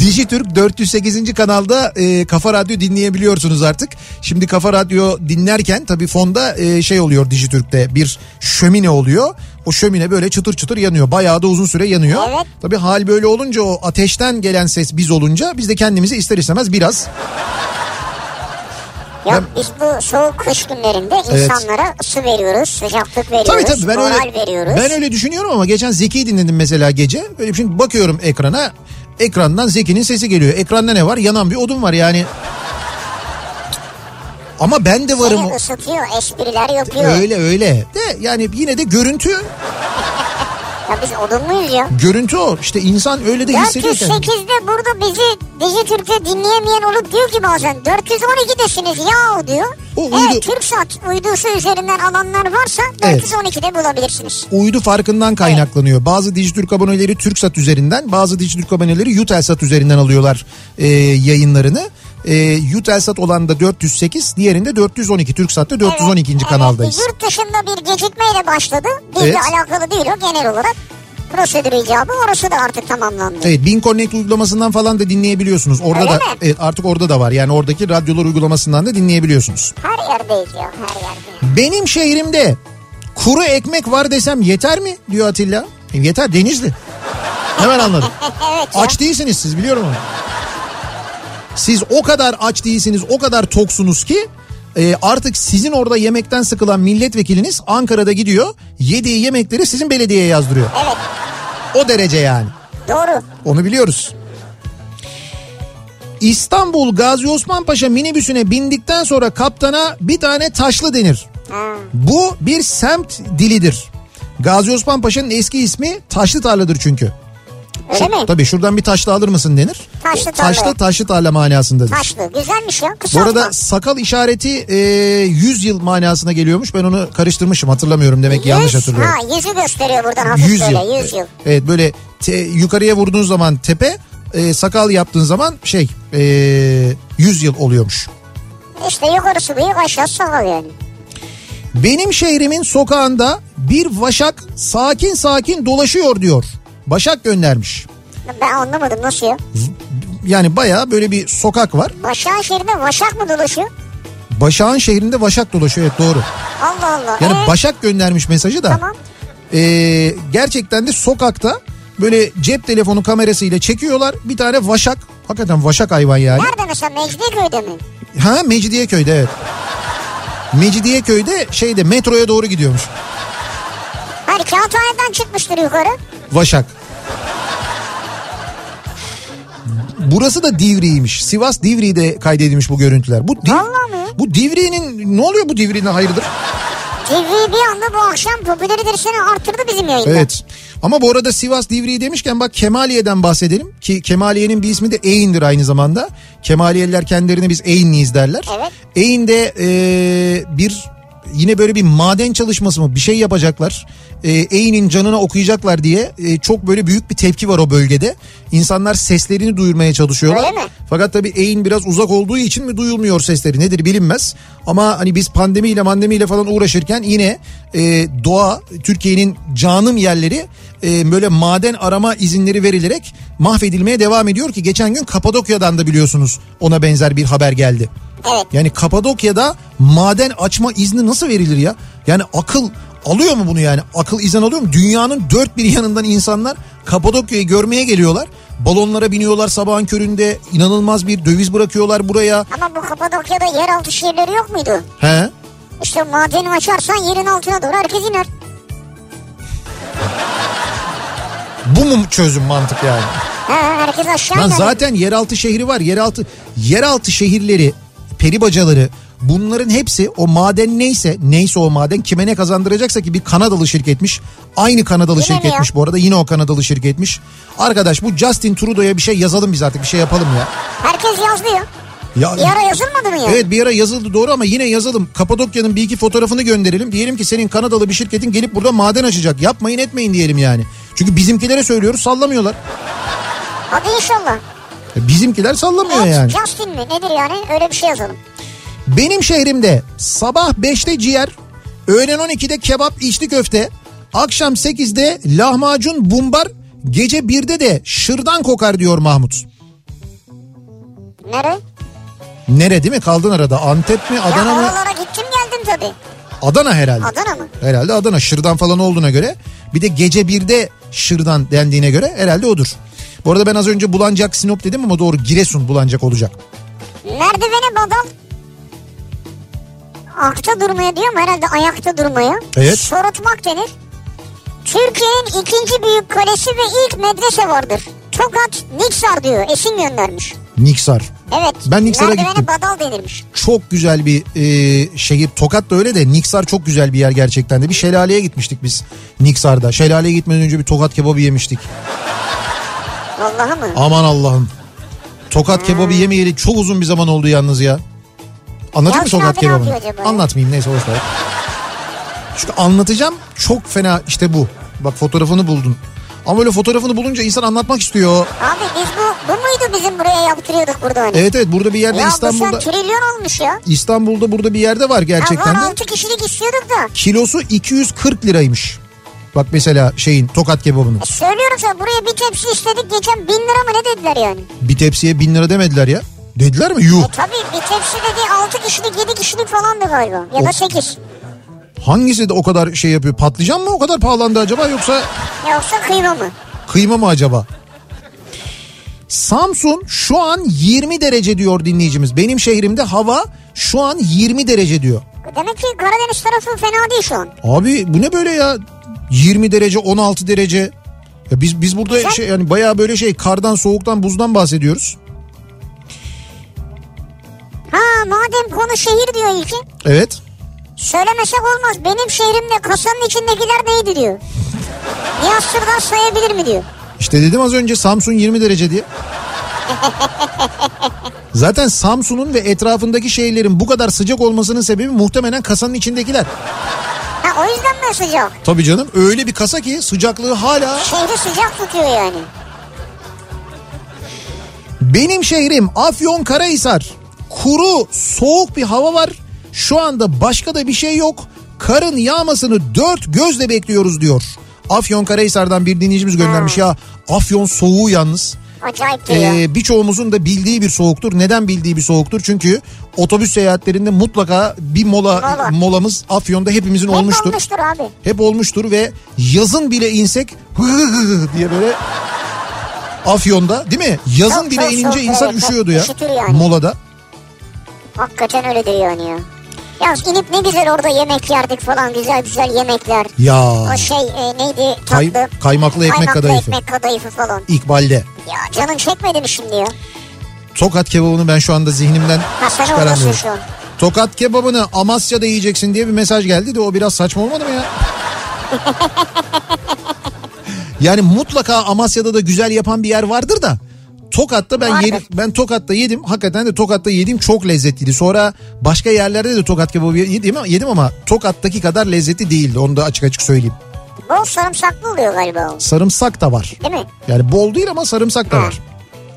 Dijitürk dört yüz sekizinci kanalda e, Kafa Radyo dinleyebiliyorsunuz artık. Şimdi Kafa Radyo dinlerken tabii fonda e, şey oluyor Dijitürk'te, bir şömine oluyor. O şömine böyle çıtır çıtır yanıyor. Bayağı da uzun süre yanıyor. Evet. Tabii hal böyle olunca, o ateşten gelen ses biz olunca biz de kendimizi ister istemez biraz... Ya ben, biz bu soğuk kış günlerinde evet. insanlara ısı veriyoruz, sıcaklık veriyoruz, tabii, tabii, ben moral öyle, veriyoruz. Ben öyle düşünüyorum ama geçen Zeki'yi dinledim mesela gece. Böyle şimdi bakıyorum ekrana, ekrandan Zeki'nin sesi geliyor. Ekranda ne var? Yanan bir odun var yani. Ama ben de varım. Seni ısıtıyor, espriler yapıyor. Öyle öyle. De yani yine de görüntü. Ya biz odun muyuz ya? Görüntü o. İşte insan öyle de hissediyor. dört yüz sekizde burada bizi Dijitürk'te dinleyemeyen olup diyor ki bazen dört yüz on ikidesiniz ya diyor. O uydu... Evet, TürkSat uydusu üzerinden alanlar varsa dört yüz on ikide evet. bulabilirsiniz. Uydu farkından kaynaklanıyor. Evet. Bazı Dijitürk aboneleri TürkSat üzerinden, bazı Dijitürk aboneleri Eutelsat üzerinden alıyorlar e, yayınlarını. E, Eutelsat olan da dört yüz sekiz, diğerinde dört yüz on iki. TürkSat'ta dört yüz on ikinci Evet, kanaldayız. Evet, yurt dışında bir gecikmeyle başladı. Bizle evet. alakalı değil o, genel olarak. Prosedür icabı, orası da artık tamamlandı. Evet, Bin Connect uygulamasından falan da dinleyebiliyorsunuz. Orada Öyle da mi? Evet, artık orada da var. Yani oradaki radyolar uygulamasından da dinleyebiliyorsunuz. Her yerdeyiz ya, her yerde. Benim şehrimde kuru ekmek var desem yeter mi diyor Atilla. E, yeter, Denizli. Hemen anladım. Evet ya. Aç değilsiniz siz, biliyorum onu. Siz o kadar aç değilsiniz, o kadar toksunuz ki e, artık sizin orada yemekten sıkılan milletvekiliniz Ankara'da gidiyor, yediği yemekleri sizin belediyeye yazdırıyor. Evet. O derece yani. Doğru. Onu biliyoruz. İstanbul Gazi Osman Paşa minibüsüne bindikten sonra kaptana bir tane taşlı denir. Ha. Bu bir semt dilidir. Gazi Osman Paşa'nın eski ismi Taşlı Tarladır çünkü. Öyle Şu, mi? Tabii şuradan bir taşlı alır mısın denir. Taşlı tarla. Taşlı, taşlı tarla manasındadır. Taşlı, güzelmiş ya. Kısaltma. Bu arada sakal işareti e, yüz yıl manasına geliyormuş. Ben onu karıştırmışım, hatırlamıyorum, demek ki yanlış hatırlıyorum. Ha, yüzü gösteriyor buradan hafif yüz böyle yıl. yüz yıl. Evet, böyle te, yukarıya vurduğun zaman tepe, e, sakal yaptığın zaman şey e, yüz yıl oluyormuş. İşte yukarısı büyük, aşağısı sakal yani. Benim şehrimin sokağında bir vaşak sakin sakin dolaşıyor diyor. Başak göndermiş. Ben anlamadım, nasıl ya? Yani bayağı böyle bir sokak var. Başak'ın şehrinde vaşak mı dolaşıyor? Başak'ın şehrinde vaşak dolaşıyor, evet, doğru. Allah Allah. Yani ee? Başak göndermiş mesajı da. Tamam. Ee, gerçekten de sokakta böyle cep telefonu kamerasıyla çekiyorlar. Bir tane vaşak. Hakikaten vaşak hayvan yani. Nerede mesela, Mecidiyeköy'de mi? Ha, Mecidiyeköy'de, evet. Mecidiyeköy'de şeyde metroya doğru gidiyormuş. Hayır, Kağıthane'den çıkmıştır yukarı. Vaşak. Burası da Divri'ymiş. Sivas Divri'de kaydedilmiş bu görüntüler. Bu Div... Vallahi mi? Bu Divri'nin ne oluyor, bu Divri'nin hayırdır? Divri bir anda bu akşam popülaritesini arttırdı bizim yayında. Evet. Ama bu arada Sivas Divriği demişken bak, Kemaliye'den bahsedelim. Ki Kemaliye'nin bir ismi de Eğin'dir aynı zamanda. Kemaliyeliler kendilerine biz Eğinliyiz derler. Evet. Eğin'de ee, bir yine böyle bir maden çalışması mı bir şey yapacaklar. E, Eğin'in canına okuyacaklar diye e, çok böyle büyük bir tepki var o bölgede. İnsanlar seslerini duyurmaya çalışıyorlar. Öyle mi? Fakat tabii Eğin biraz uzak olduğu için mi duyulmuyor sesleri, nedir bilinmez. Ama hani biz pandemiyle mandemiyle falan uğraşırken yine e, doğa, Türkiye'nin canım yerleri e, böyle maden arama izinleri verilerek mahvedilmeye devam ediyor ki geçen gün Kapadokya'dan da biliyorsunuz ona benzer bir haber geldi. Evet. Yani Kapadokya'da maden açma izni nasıl verilir ya? Yani akıl alıyor mu bunu yani? Akıl izin alıyor mu? Dünyanın dört bir yanından insanlar Kapadokya'yı görmeye geliyorlar. Balonlara biniyorlar sabahın köründe, inanılmaz bir döviz bırakıyorlar buraya. Ama bu Kapadokya'da yeraltı şehirleri yok muydu? He? İşte madeni açarsan yerin altına doğru herkes iner. Bu mu çözüm, mantık yani? He, herkes aşağı iner. Zaten yeraltı şehri var. Yeraltı yeraltı şehirleri, peribacaları, bunların hepsi, o maden neyse neyse o maden kime ne kazandıracaksa, ki bir Kanadalı şirketmiş. Aynı Kanadalı yine şirketmiş bu arada, yine o Kanadalı şirketmiş. Arkadaş bu Justin Trudeau'ya bir şey yazalım biz artık, bir şey yapalım ya. Herkes yazdı ya. Ya, bir ara yazılmadı mı ya? Evet, bir ara yazıldı doğru ama yine yazalım. Kapadokya'nın bir iki fotoğrafını gönderelim. Diyelim ki senin Kanadalı bir şirketin gelip burada maden açacak. Yapmayın etmeyin diyelim yani. Çünkü bizimkilere söylüyoruz, sallamıyorlar. Hadi inşallah. Bizimkiler sallamıyor evet, yani. Justin mi nedir yani, öyle bir şey yazalım. Benim şehrimde sabah beşte ciğer, öğlen on ikide kebap, içli köfte, akşam sekizde lahmacun, bumbar, gece birde de şırdan kokar diyor Mahmut. Nere? Nere değil mi? Kaldın arada. Antep mi? Adana ya, mı? Ya oralara gittim geldim tabii. Adana herhalde. Adana mı? Herhalde Adana. Şırdan falan olduğuna göre. Bir de gece birde Şırdan dendiğine göre herhalde odur. Bu arada ben az önce Bulancak Sinop dedim ama doğru Giresun Bulancak olacak. Merdivene badal. Akta durmaya diyorum, herhalde ayakta durmaya. Evet. Sorutmak denir. Türkiye'nin ikinci büyük kalesi ve ilk medrese vardır. Tokat Niksar diyor. Esin göndermiş. Niksar. Evet. Ben Niksar'a gittim. Merdivene badal denirmiş. Çok güzel bir e, şehir. Tokat da öyle de Niksar çok güzel bir yer gerçekten de. Bir şelaleye gitmiştik biz Niksar'da. Şelaleye gitmeden önce bir Tokat kebabı yemiştik. Vallahi mı? Aman Allah'ım. Tokat hmm. kebabı yemeyeli çok uzun bir zaman oldu yalnız ya. Anlatayım mı Tokat kebabını? Anlatmayayım, neyse boş ver. Çünkü anlatacağım, çok fena işte bu. Bak fotoğrafını buldun. Ama öyle fotoğrafını bulunca insan anlatmak istiyor. Abi biz bu, bu muydu bizim buraya yaptırıyorduk burada hani? Evet evet, burada bir yerde ya İstanbul'da. Ya bu trilyon olmuş ya. İstanbul'da burada bir yerde var gerçekten ya de. var, altı kişilik istiyorduk da. Kilosu iki yüz kırk liraymış. Bak mesela şeyin Tokat kebabının. E söylüyorum sana, buraya bir tepsi istedik geçen, bin lira mı ne dediler yani? Bir tepsiye bin lira demediler ya. Dediler mi? Yuh. E tabii bir tepsi dedi altı kişilik yedi kişilik falandı galiba. Ya o... da sekiz. Hangisi de o kadar şey yapıyor? Patlıcan mı o kadar pahalandı acaba, yoksa? Yoksa kıyma mı? Kıyma mı acaba? Samsun şu an yirmi derece diyor dinleyicimiz. Benim şehrimde hava şu an yirmi derece diyor. Demek ki Karadeniz tarafı fena değil şu an. Abi bu ne böyle ya? yirmi derece, on altı derece. Ya biz biz burada Güzel. şey yani bayağı böyle şey kardan, soğuktan, buzdan bahsediyoruz. Ha madem konu şehir diyor İlki. Evet. Söylemesek olmaz. Benim şehrimde kasanın içindekiler neydi diyor. Nihat Sırdar sayabilir mi diyor. İşte dedim az önce Samsun yirmi derece diye. Zaten Samsun'un ve etrafındaki şehirlerin bu kadar sıcak olmasının sebebi muhtemelen kasanın içindekiler. Ha o yüzden mi sıcak? Tabii canım, öyle bir kasa ki sıcaklığı hala... Şehri sıcak tutuyor yani. Benim şehrim Afyonkarahisar. Kuru, soğuk bir hava var. Şu anda başka da bir şey yok. Karın yağmasını dört gözle bekliyoruz diyor. Afyonkarahisar'dan bir dinleyicimiz göndermiş hmm. ya. Afyon soğuğu yalnız. Acayip diyor. Ee, birçoğumuzun da bildiği bir soğuktur. Neden bildiği bir soğuktur? Çünkü otobüs seyahatlerinde mutlaka bir mola, mola. molamız Afyon'da hepimizin Hep olmuştur. Hep olmuştur abi. Hep olmuştur ve yazın bile insek diye böyle Afyon'da değil mi? Yazın çok, bile çok inince soğuk, insan evet, üşüyordu ya yani. Molada. Hakikaten öyledir yani ya. Ya inip ne güzel orada yemek yerdik falan, güzel güzel yemekler. Ya. O şey e, neydi tatlı? Kay, kaymaklı ekmek kaymaklı kadayıfı. ekmek kadayıfı falan. İkbal'de. Ya canın çekmedi mi şimdi ya? Tokat kebabını ben şu anda zihnimden ha, çıkaramıyorum. Şu an. Tokat kebabını Amasya'da yiyeceksin diye bir mesaj geldi de o biraz saçma olmadı mı ya? Yani mutlaka Amasya'da da güzel yapan bir yer vardır da. Tokat'ta ben yedim, ben Tokat'ta yedim. Hakikaten de Tokat'ta yediğim çok lezzetliydi. Sonra başka yerlerde de Tokat kebabı yedim ama, yedim ama Tokat'taki kadar lezzetli değildi. Onu da açık açık söyleyeyim. Bol sarımsaklı oluyor galiba o. Sarımsak da var. Değil mi? Yani bol değil ama sarımsak da ha. var.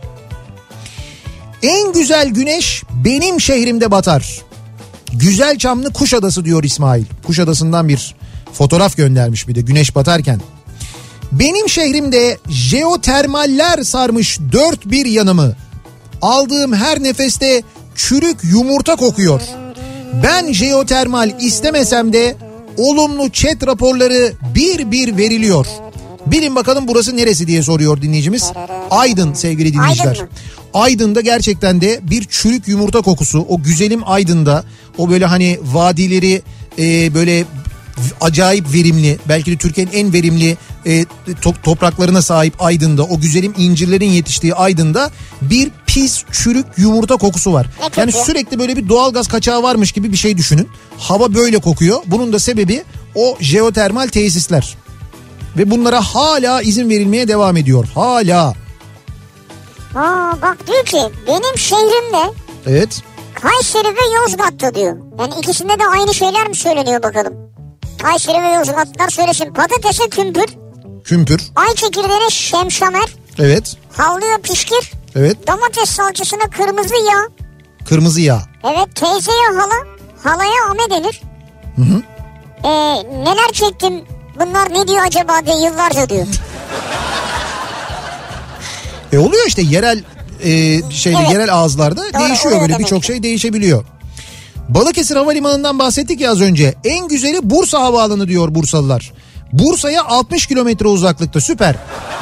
En güzel güneş benim şehrimde batar. Güzelçamlı Kuşadası diyor İsmail. Kuşadası'ndan bir fotoğraf göndermiş bir de güneş batarken. Benim şehrimde jeotermaller sarmış dört bir yanımı. Aldığım her nefeste çürük yumurta kokuyor. Ben jeotermal istemesem de olumlu chat raporları bir bir veriliyor. Bilin bakalım burası neresi diye soruyor dinleyicimiz. Aydın sevgili dinleyiciler. Aydın Aydın'da gerçekten de bir çürük yumurta kokusu. O güzelim Aydın'da o böyle hani vadileri e, böyle acayip verimli, belki de Türkiye'nin en verimli e, to- topraklarına sahip Aydın'da, o güzelim incirlerin yetiştiği Aydın'da bir pis çürük yumurta kokusu var. Yani sürekli böyle bir doğalgaz kaçağı varmış gibi bir şey düşünün. Hava böyle kokuyor. Bunun da sebebi o jeotermal tesisler. Ve bunlara hala izin verilmeye devam ediyor. Hala. Aa, bak diyor ki benim şehrimde evet. Kayseri ve Yozgat'ta diyor. Yani ikisinde de aynı şeyler mi söyleniyor bakalım. Kayseri ve Yozgatlar söylesin. Patatese kümpür. Kümpür. Ay çekirdeğine şemşamer. Evet. Havluya pişkir. Evet. Domates salçasına kırmızı yağ. Kırmızı yağ. Evet, teyzeye hala. Halaya ame denir. Hı hı. Ee, neler çektim bunlar ne diyor acaba diye yıllarca diyor. E oluyor işte yerel e, şeyde evet. Yerel ağızlarda doğru, değişiyor böyle birçok şey değişebiliyor. Balıkesir Havalimanı'ndan bahsettik ya az önce. En güzeli Bursa Havaalanı diyor Bursalılar. Bursa'ya altmış kilometre uzaklıkta, süper.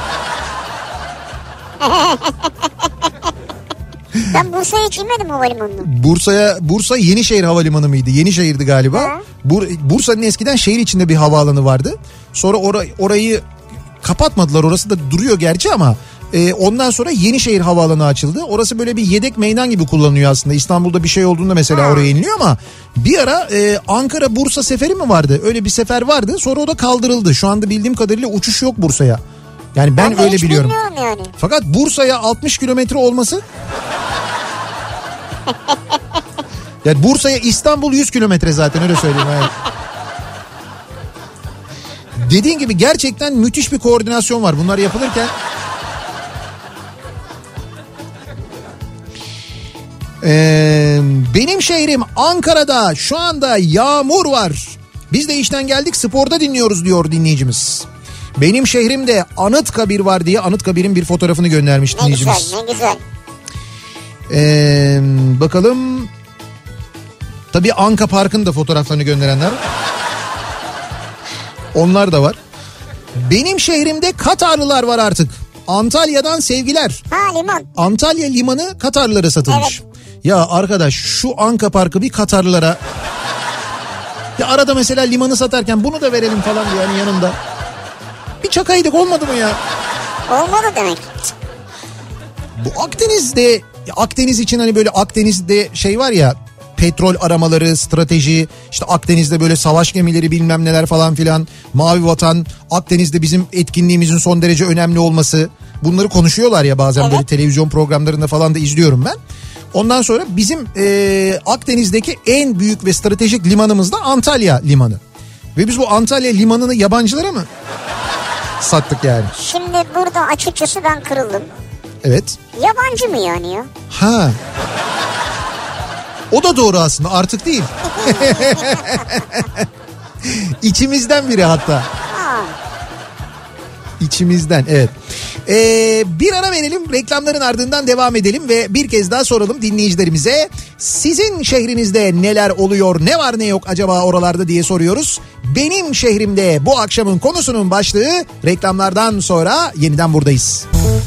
Ben Bursa'ya hiç inmedim havalimanına. Bursa'ya, Bursa Yenişehir Havalimanı mıydı? Yenişehir'di galiba. Bur, Bursa'nın eskiden şehir içinde bir havaalanı vardı. Sonra or, orayı kapatmadılar, orası da duruyor gerçi ama e, ondan sonra Yenişehir Havaalanı açıldı. Orası böyle bir yedek meydan gibi kullanılıyor aslında. İstanbul'da bir şey olduğunda mesela ha. oraya iniliyor ama bir ara e, Ankara-Bursa seferi mi vardı? Öyle bir sefer vardı, sonra o da kaldırıldı. Şu anda bildiğim kadarıyla uçuş yok Bursa'ya. Yani ben, ben öyle biliyorum. Yani. Fakat Bursa'ya altmış kilometre olması... Yani Bursa'ya İstanbul yüz kilometre zaten, öyle söyleyeyim. Yani. Dediğin gibi gerçekten müthiş bir koordinasyon var bunlar yapılırken. Ee, benim şehrim Ankara'da şu anda yağmur var. Biz de işten geldik, sporda dinliyoruz diyor dinleyicimiz. Benim şehrimde Anıtkabir var diye Anıtkabir'in bir fotoğrafını göndermiş ne dinleyicimiz. Ne güzel, ne güzel. Ee, bakalım. Tabii Anka Park'ın da fotoğraflarını gönderenler. Onlar da var. Benim şehrimde Katarlılar var artık. Antalya'dan sevgiler. Ha, liman. Antalya limanı Katarlılara satılmış. Evet. Ya arkadaş, şu Anka Park'ı bir Katarlılara... Ya arada mesela limanı satarken bunu da verelim falan diye yani yanında. Bir çakaydık, olmadı mı ya? Olmadı demek. Bu Akdeniz'de, Akdeniz için hani böyle Akdeniz'de şey var ya, petrol aramaları, strateji, işte Akdeniz'de böyle savaş gemileri bilmem neler falan filan, Mavi Vatan, Akdeniz'de bizim etkinliğimizin son derece önemli olması, bunları konuşuyorlar ya bazen, evet. Böyle televizyon programlarında falan da izliyorum ben. Ondan sonra bizim e, Akdeniz'deki en büyük ve stratejik limanımız da Antalya Limanı. Ve biz bu Antalya Limanı'nı yabancılara mı sattık yani? Şimdi burada açıkçası ben kırıldım. Evet. Yabancı mı yani ya? Ha. O da doğru aslında, artık değil. İçimizden biri hatta. Ha. İçimizden, evet. Ee, bir ara verelim, reklamların ardından devam edelim ve bir kez daha soralım dinleyicilerimize. Sizin şehrinizde neler oluyor, ne var ne yok acaba oralarda diye soruyoruz. Benim şehrimde bu akşamın konusunun başlığı. Reklamlardan sonra yeniden buradayız.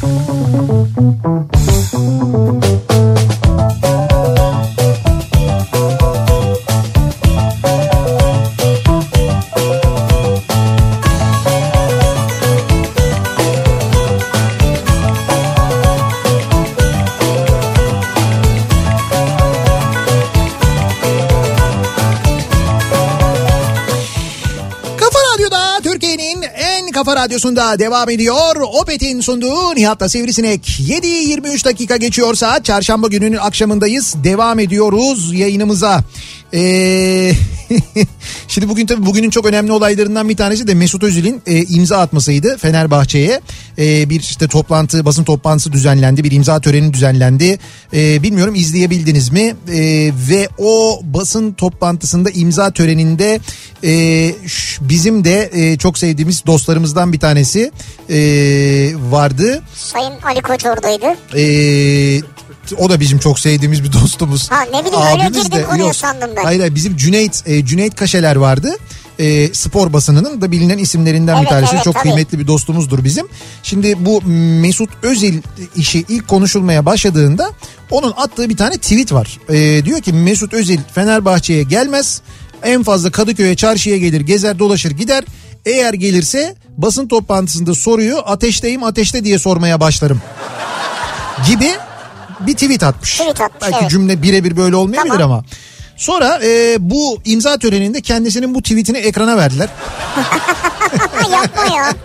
Kafa Radyosu'nda devam ediyor. Opet'in sunduğu Nihat'la Sivrisinek. yedi yirmi üç dakika geçiyor saat. Çarşamba gününün akşamındayız. Devam ediyoruz yayınımıza. Ee, şimdi bugün tabii bugünün çok önemli olaylarından bir tanesi de Mesut Özil'in e, imza atmasıydı Fenerbahçe'ye. E, bir işte toplantı, basın toplantısı düzenlendi. Bir imza töreni düzenlendi. E, bilmiyorum izleyebildiniz mi? E, ve o basın toplantısında, imza töreninde e, bizim de e, çok sevdiğimiz dostlarımızdan bir tanesi e, vardı. Sayın Ali Koç oradaydı. Eee... O da bizim çok sevdiğimiz bir dostumuz. Ha ne bileyim, öyle girdim konuya sandım ben. Hayır hayır, bizim Cüneyt e, Cüneyt Kaşeler vardı. E, spor basınının da bilinen isimlerinden evet, bir tanesi. Evet, çok tabii. Kıymetli bir dostumuzdur bizim. Şimdi bu Mesut Özil işi ilk konuşulmaya başladığında onun attığı bir tane tweet var. E, diyor ki Mesut Özil Fenerbahçe'ye gelmez. En fazla Kadıköy'e, çarşıya gelir, gezer dolaşır gider. Eğer gelirse basın toplantısında soruyu ateşteyim ateşte diye sormaya başlarım gibi bir tweet atmış. Tweet atmış, belki evet. Cümle birebir böyle olmayabilir tamam. ama. Sonra e, bu imza töreninde kendisinin bu tweetini ekrana verdiler. Yapma ya.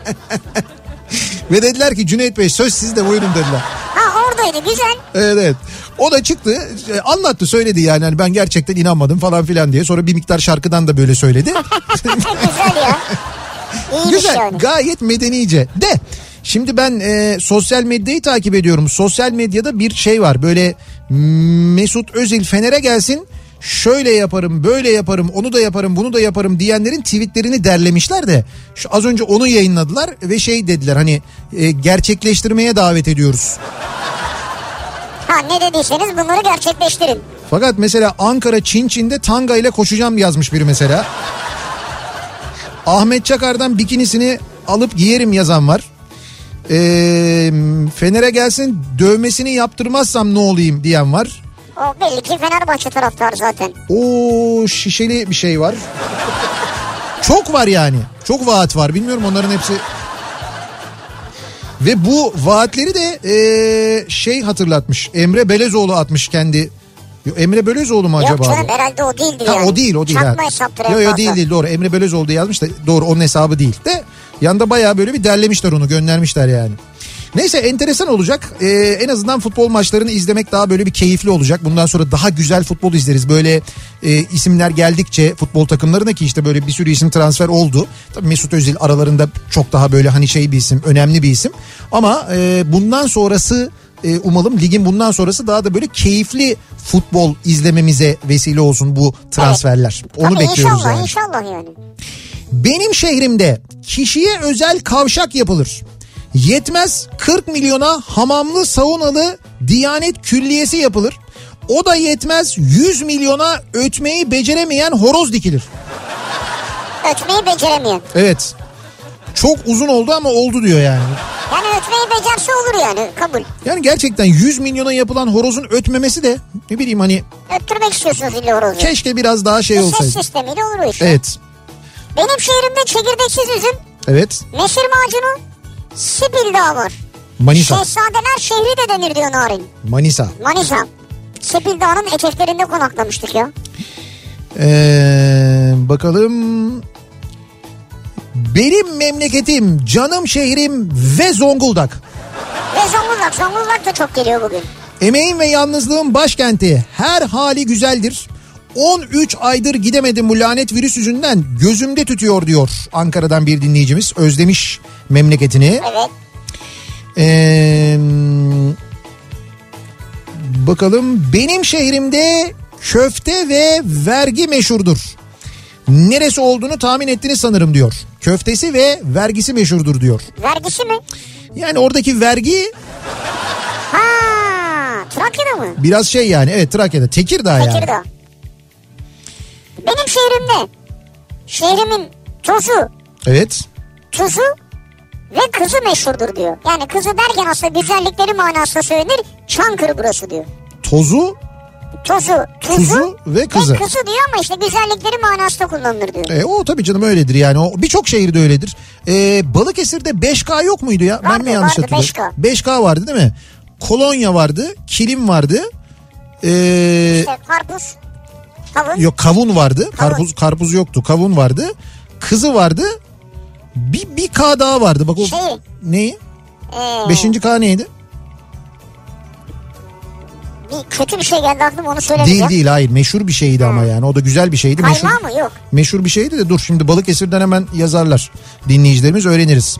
Ve dediler ki Cüneyt Bey söz sizde, buyurun dediler. Ha oradaydı, güzel. Evet evet. O da çıktı anlattı, söyledi yani hani ben gerçekten inanmadım falan filan diye. Sonra bir miktar şarkıdan da böyle söyledi. Güzel ya. İyiymiş güzel yani. Gayet medenice de. Şimdi ben e, sosyal medyayı takip ediyorum. Sosyal medyada bir şey var. Böyle Mesut Özil Fener'e gelsin, şöyle yaparım, böyle yaparım, onu da yaparım, bunu da yaparım diyenlerin tweetlerini derlemişler de. Şu az önce onu yayınladılar ve şey dediler, hani e, gerçekleştirmeye davet ediyoruz. Ha ne dediyseniz bunları gerçekleştirin. Fakat mesela Ankara Çin Çin'de tanga ile koşacağım yazmış biri mesela. Ahmet Çakar'dan bikinisini alıp giyerim yazan var. Ee, Fener'e gelsin dövmesini yaptırmazsam ne olayım diyen var. O belli ki Fenerbahçe taraftarı zaten. O şişeli bir şey var. Çok var yani. Çok vaat var. Bilmiyorum onların hepsi. Ve bu vaatleri de ee, şey hatırlatmış. Emre Belezoğlu atmış kendi. Emre Belezoğlu mu acaba? Yok canım herhalde o değildi ha, yani. O değil o değil. Çakma hesaptır. Yok yok değil değil doğru. Emre Belezoğlu yazmış da doğru onun hesabı değil. De yanda bayağı böyle bir derlemişler onu, göndermişler yani. Neyse enteresan olacak. Ee, en azından futbol maçlarını izlemek daha böyle bir keyifli olacak. Bundan sonra daha güzel futbol izleriz. Böyle e, isimler geldikçe futbol takımlarına, ki işte böyle bir sürü isim transfer oldu. Tabii Mesut Özil aralarında çok daha böyle hani şey bir isim, önemli bir isim. Ama e, bundan sonrası e, umalım ligin bundan sonrası daha da böyle keyifli futbol izlememize vesile olsun bu transferler. Evet. Onu Tabii bekliyoruz inşallah, yani. İnşallah yani. Benim şehrimde kişiye özel kavşak yapılır. Yetmez kırk milyona hamamlı saunalı Diyanet Külliyesi yapılır. O da yetmez yüz milyona ötmeyi beceremeyen horoz dikilir. Ötmeyi beceremiyor. Evet. Çok uzun oldu ama oldu diyor yani. Yani ötmeyi becerse olur yani, kabul. Yani gerçekten yüz milyona yapılan horozun ötmemesi de ne bileyim hani. Öttürmek istiyorsunuz illa horozu. Keşke biraz daha şey bir olsaydı. ses sistemiyle olur o işte. Evet. Benim şehrimde çekirdeksiz üzüm, Evet. mesir macunu, Sipil Dağı var. Manisa. Şehzadeler şehri de denir diyor Narin. Manisa. Manisa. Sipil Dağı'nın eteklerinde konaklamıştık ya. Ee, bakalım. Benim memleketim, canım şehrim ve Zonguldak. Ve Zonguldak. Zonguldak da çok geliyor bugün. Emeğim ve yalnızlığım başkenti. Her hali güzeldir. on üç aydır gidemedim bu lanet virüs yüzünden. Gözümde tütüyor diyor Ankara'dan bir dinleyicimiz. Özlemiş memleketini. Evet. Ee, bakalım, benim şehrimde köfte ve vergi meşhurdur. Neresi olduğunu tahmin ettiniz sanırım diyor. Köftesi ve vergisi meşhurdur diyor. Vergisi mi? Yani oradaki vergi... Ha, Trakya'da mı? Biraz şey yani, evet Trakya'da, Tekirdağ, Tekirdağ. yani. Tekirdağ. Benim şehrimde şehrimin tuzu, Evet. tuzu ve kızı meşhurdur diyor. Yani kızı derken aslında güzellikleri manasında söylenir. Çankırı burası diyor. Tozu, Tuzu, tuzu, tuzu ve kızı. Ve kızı diyor ama işte güzellikleri manasında kullanılır diyor. E, o tabii canım öyledir yani. O birçok şehirde öyledir. E, Balıkesir'de beş K yok muydu ya? Vardı, ben mi yanlış vardı, hatırlıyorum? beş K. beş K vardı değil mi? Kolonya vardı, kilim vardı. E, İşte karpuz, kavun. Yok kavun vardı. Kavun. Karpuz karpuz yoktu. Kavun vardı. Kızı vardı. Bir, bir K daha vardı. Bak o Şey, neyi? Ee, Beşinci K neydi? Bir kötü bir şey geldi aklıma, onu söylemeyeceğim. Değil değil hayır. Meşhur bir şeydi hmm. ama yani. O da güzel bir şeydi. Kaymağı meşhur, mı? Yok. Meşhur bir şeydi de dur şimdi Balıkesir'den hemen yazarlar. Dinleyicilerimiz öğreniriz.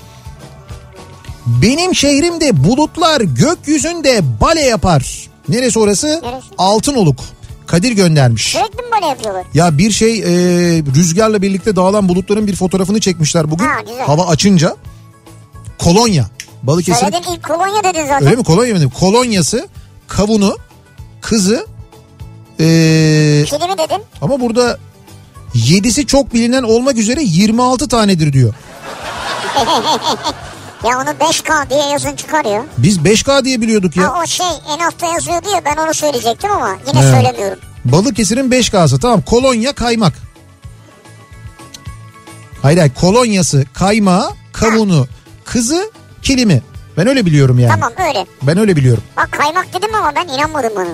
Benim şehrimde bulutlar gökyüzünde bale yapar. Neresi orası? Neresi? Altınoluk. Kadir göndermiş. Sürekli mi böyle yapıyorlar? Ya bir şey e, rüzgarla birlikte dağılan bulutların bir fotoğrafını çekmişler bugün. Ha, güzel. Hava açınca. Kolonya. Balıkesir. Söyledin, ilk kolonya dedin zaten. Öyle mi? Kolonya mı dedim? Kolonyası, kavunu, kızı. E, Kilimi dedin. ama burada yedisi çok bilinen olmak üzere yirmi altı tanedir diyor. Ya onu beş K diye yazın çıkar ya. Biz beş K diye biliyorduk ya. Ha, o şey en altta yazıyordu ya, ben onu söyleyecektim ama yine He. söylemiyorum. Balıkesir'in beş K'sı tamam. Kolonya, kaymak. Hayır hayır, kolonyası, kaymağı, kavunu, kızı, kilimi. Ben öyle biliyorum yani. Tamam öyle. Ben öyle biliyorum. Bak kaymak dedim ama ben inanmadım bana.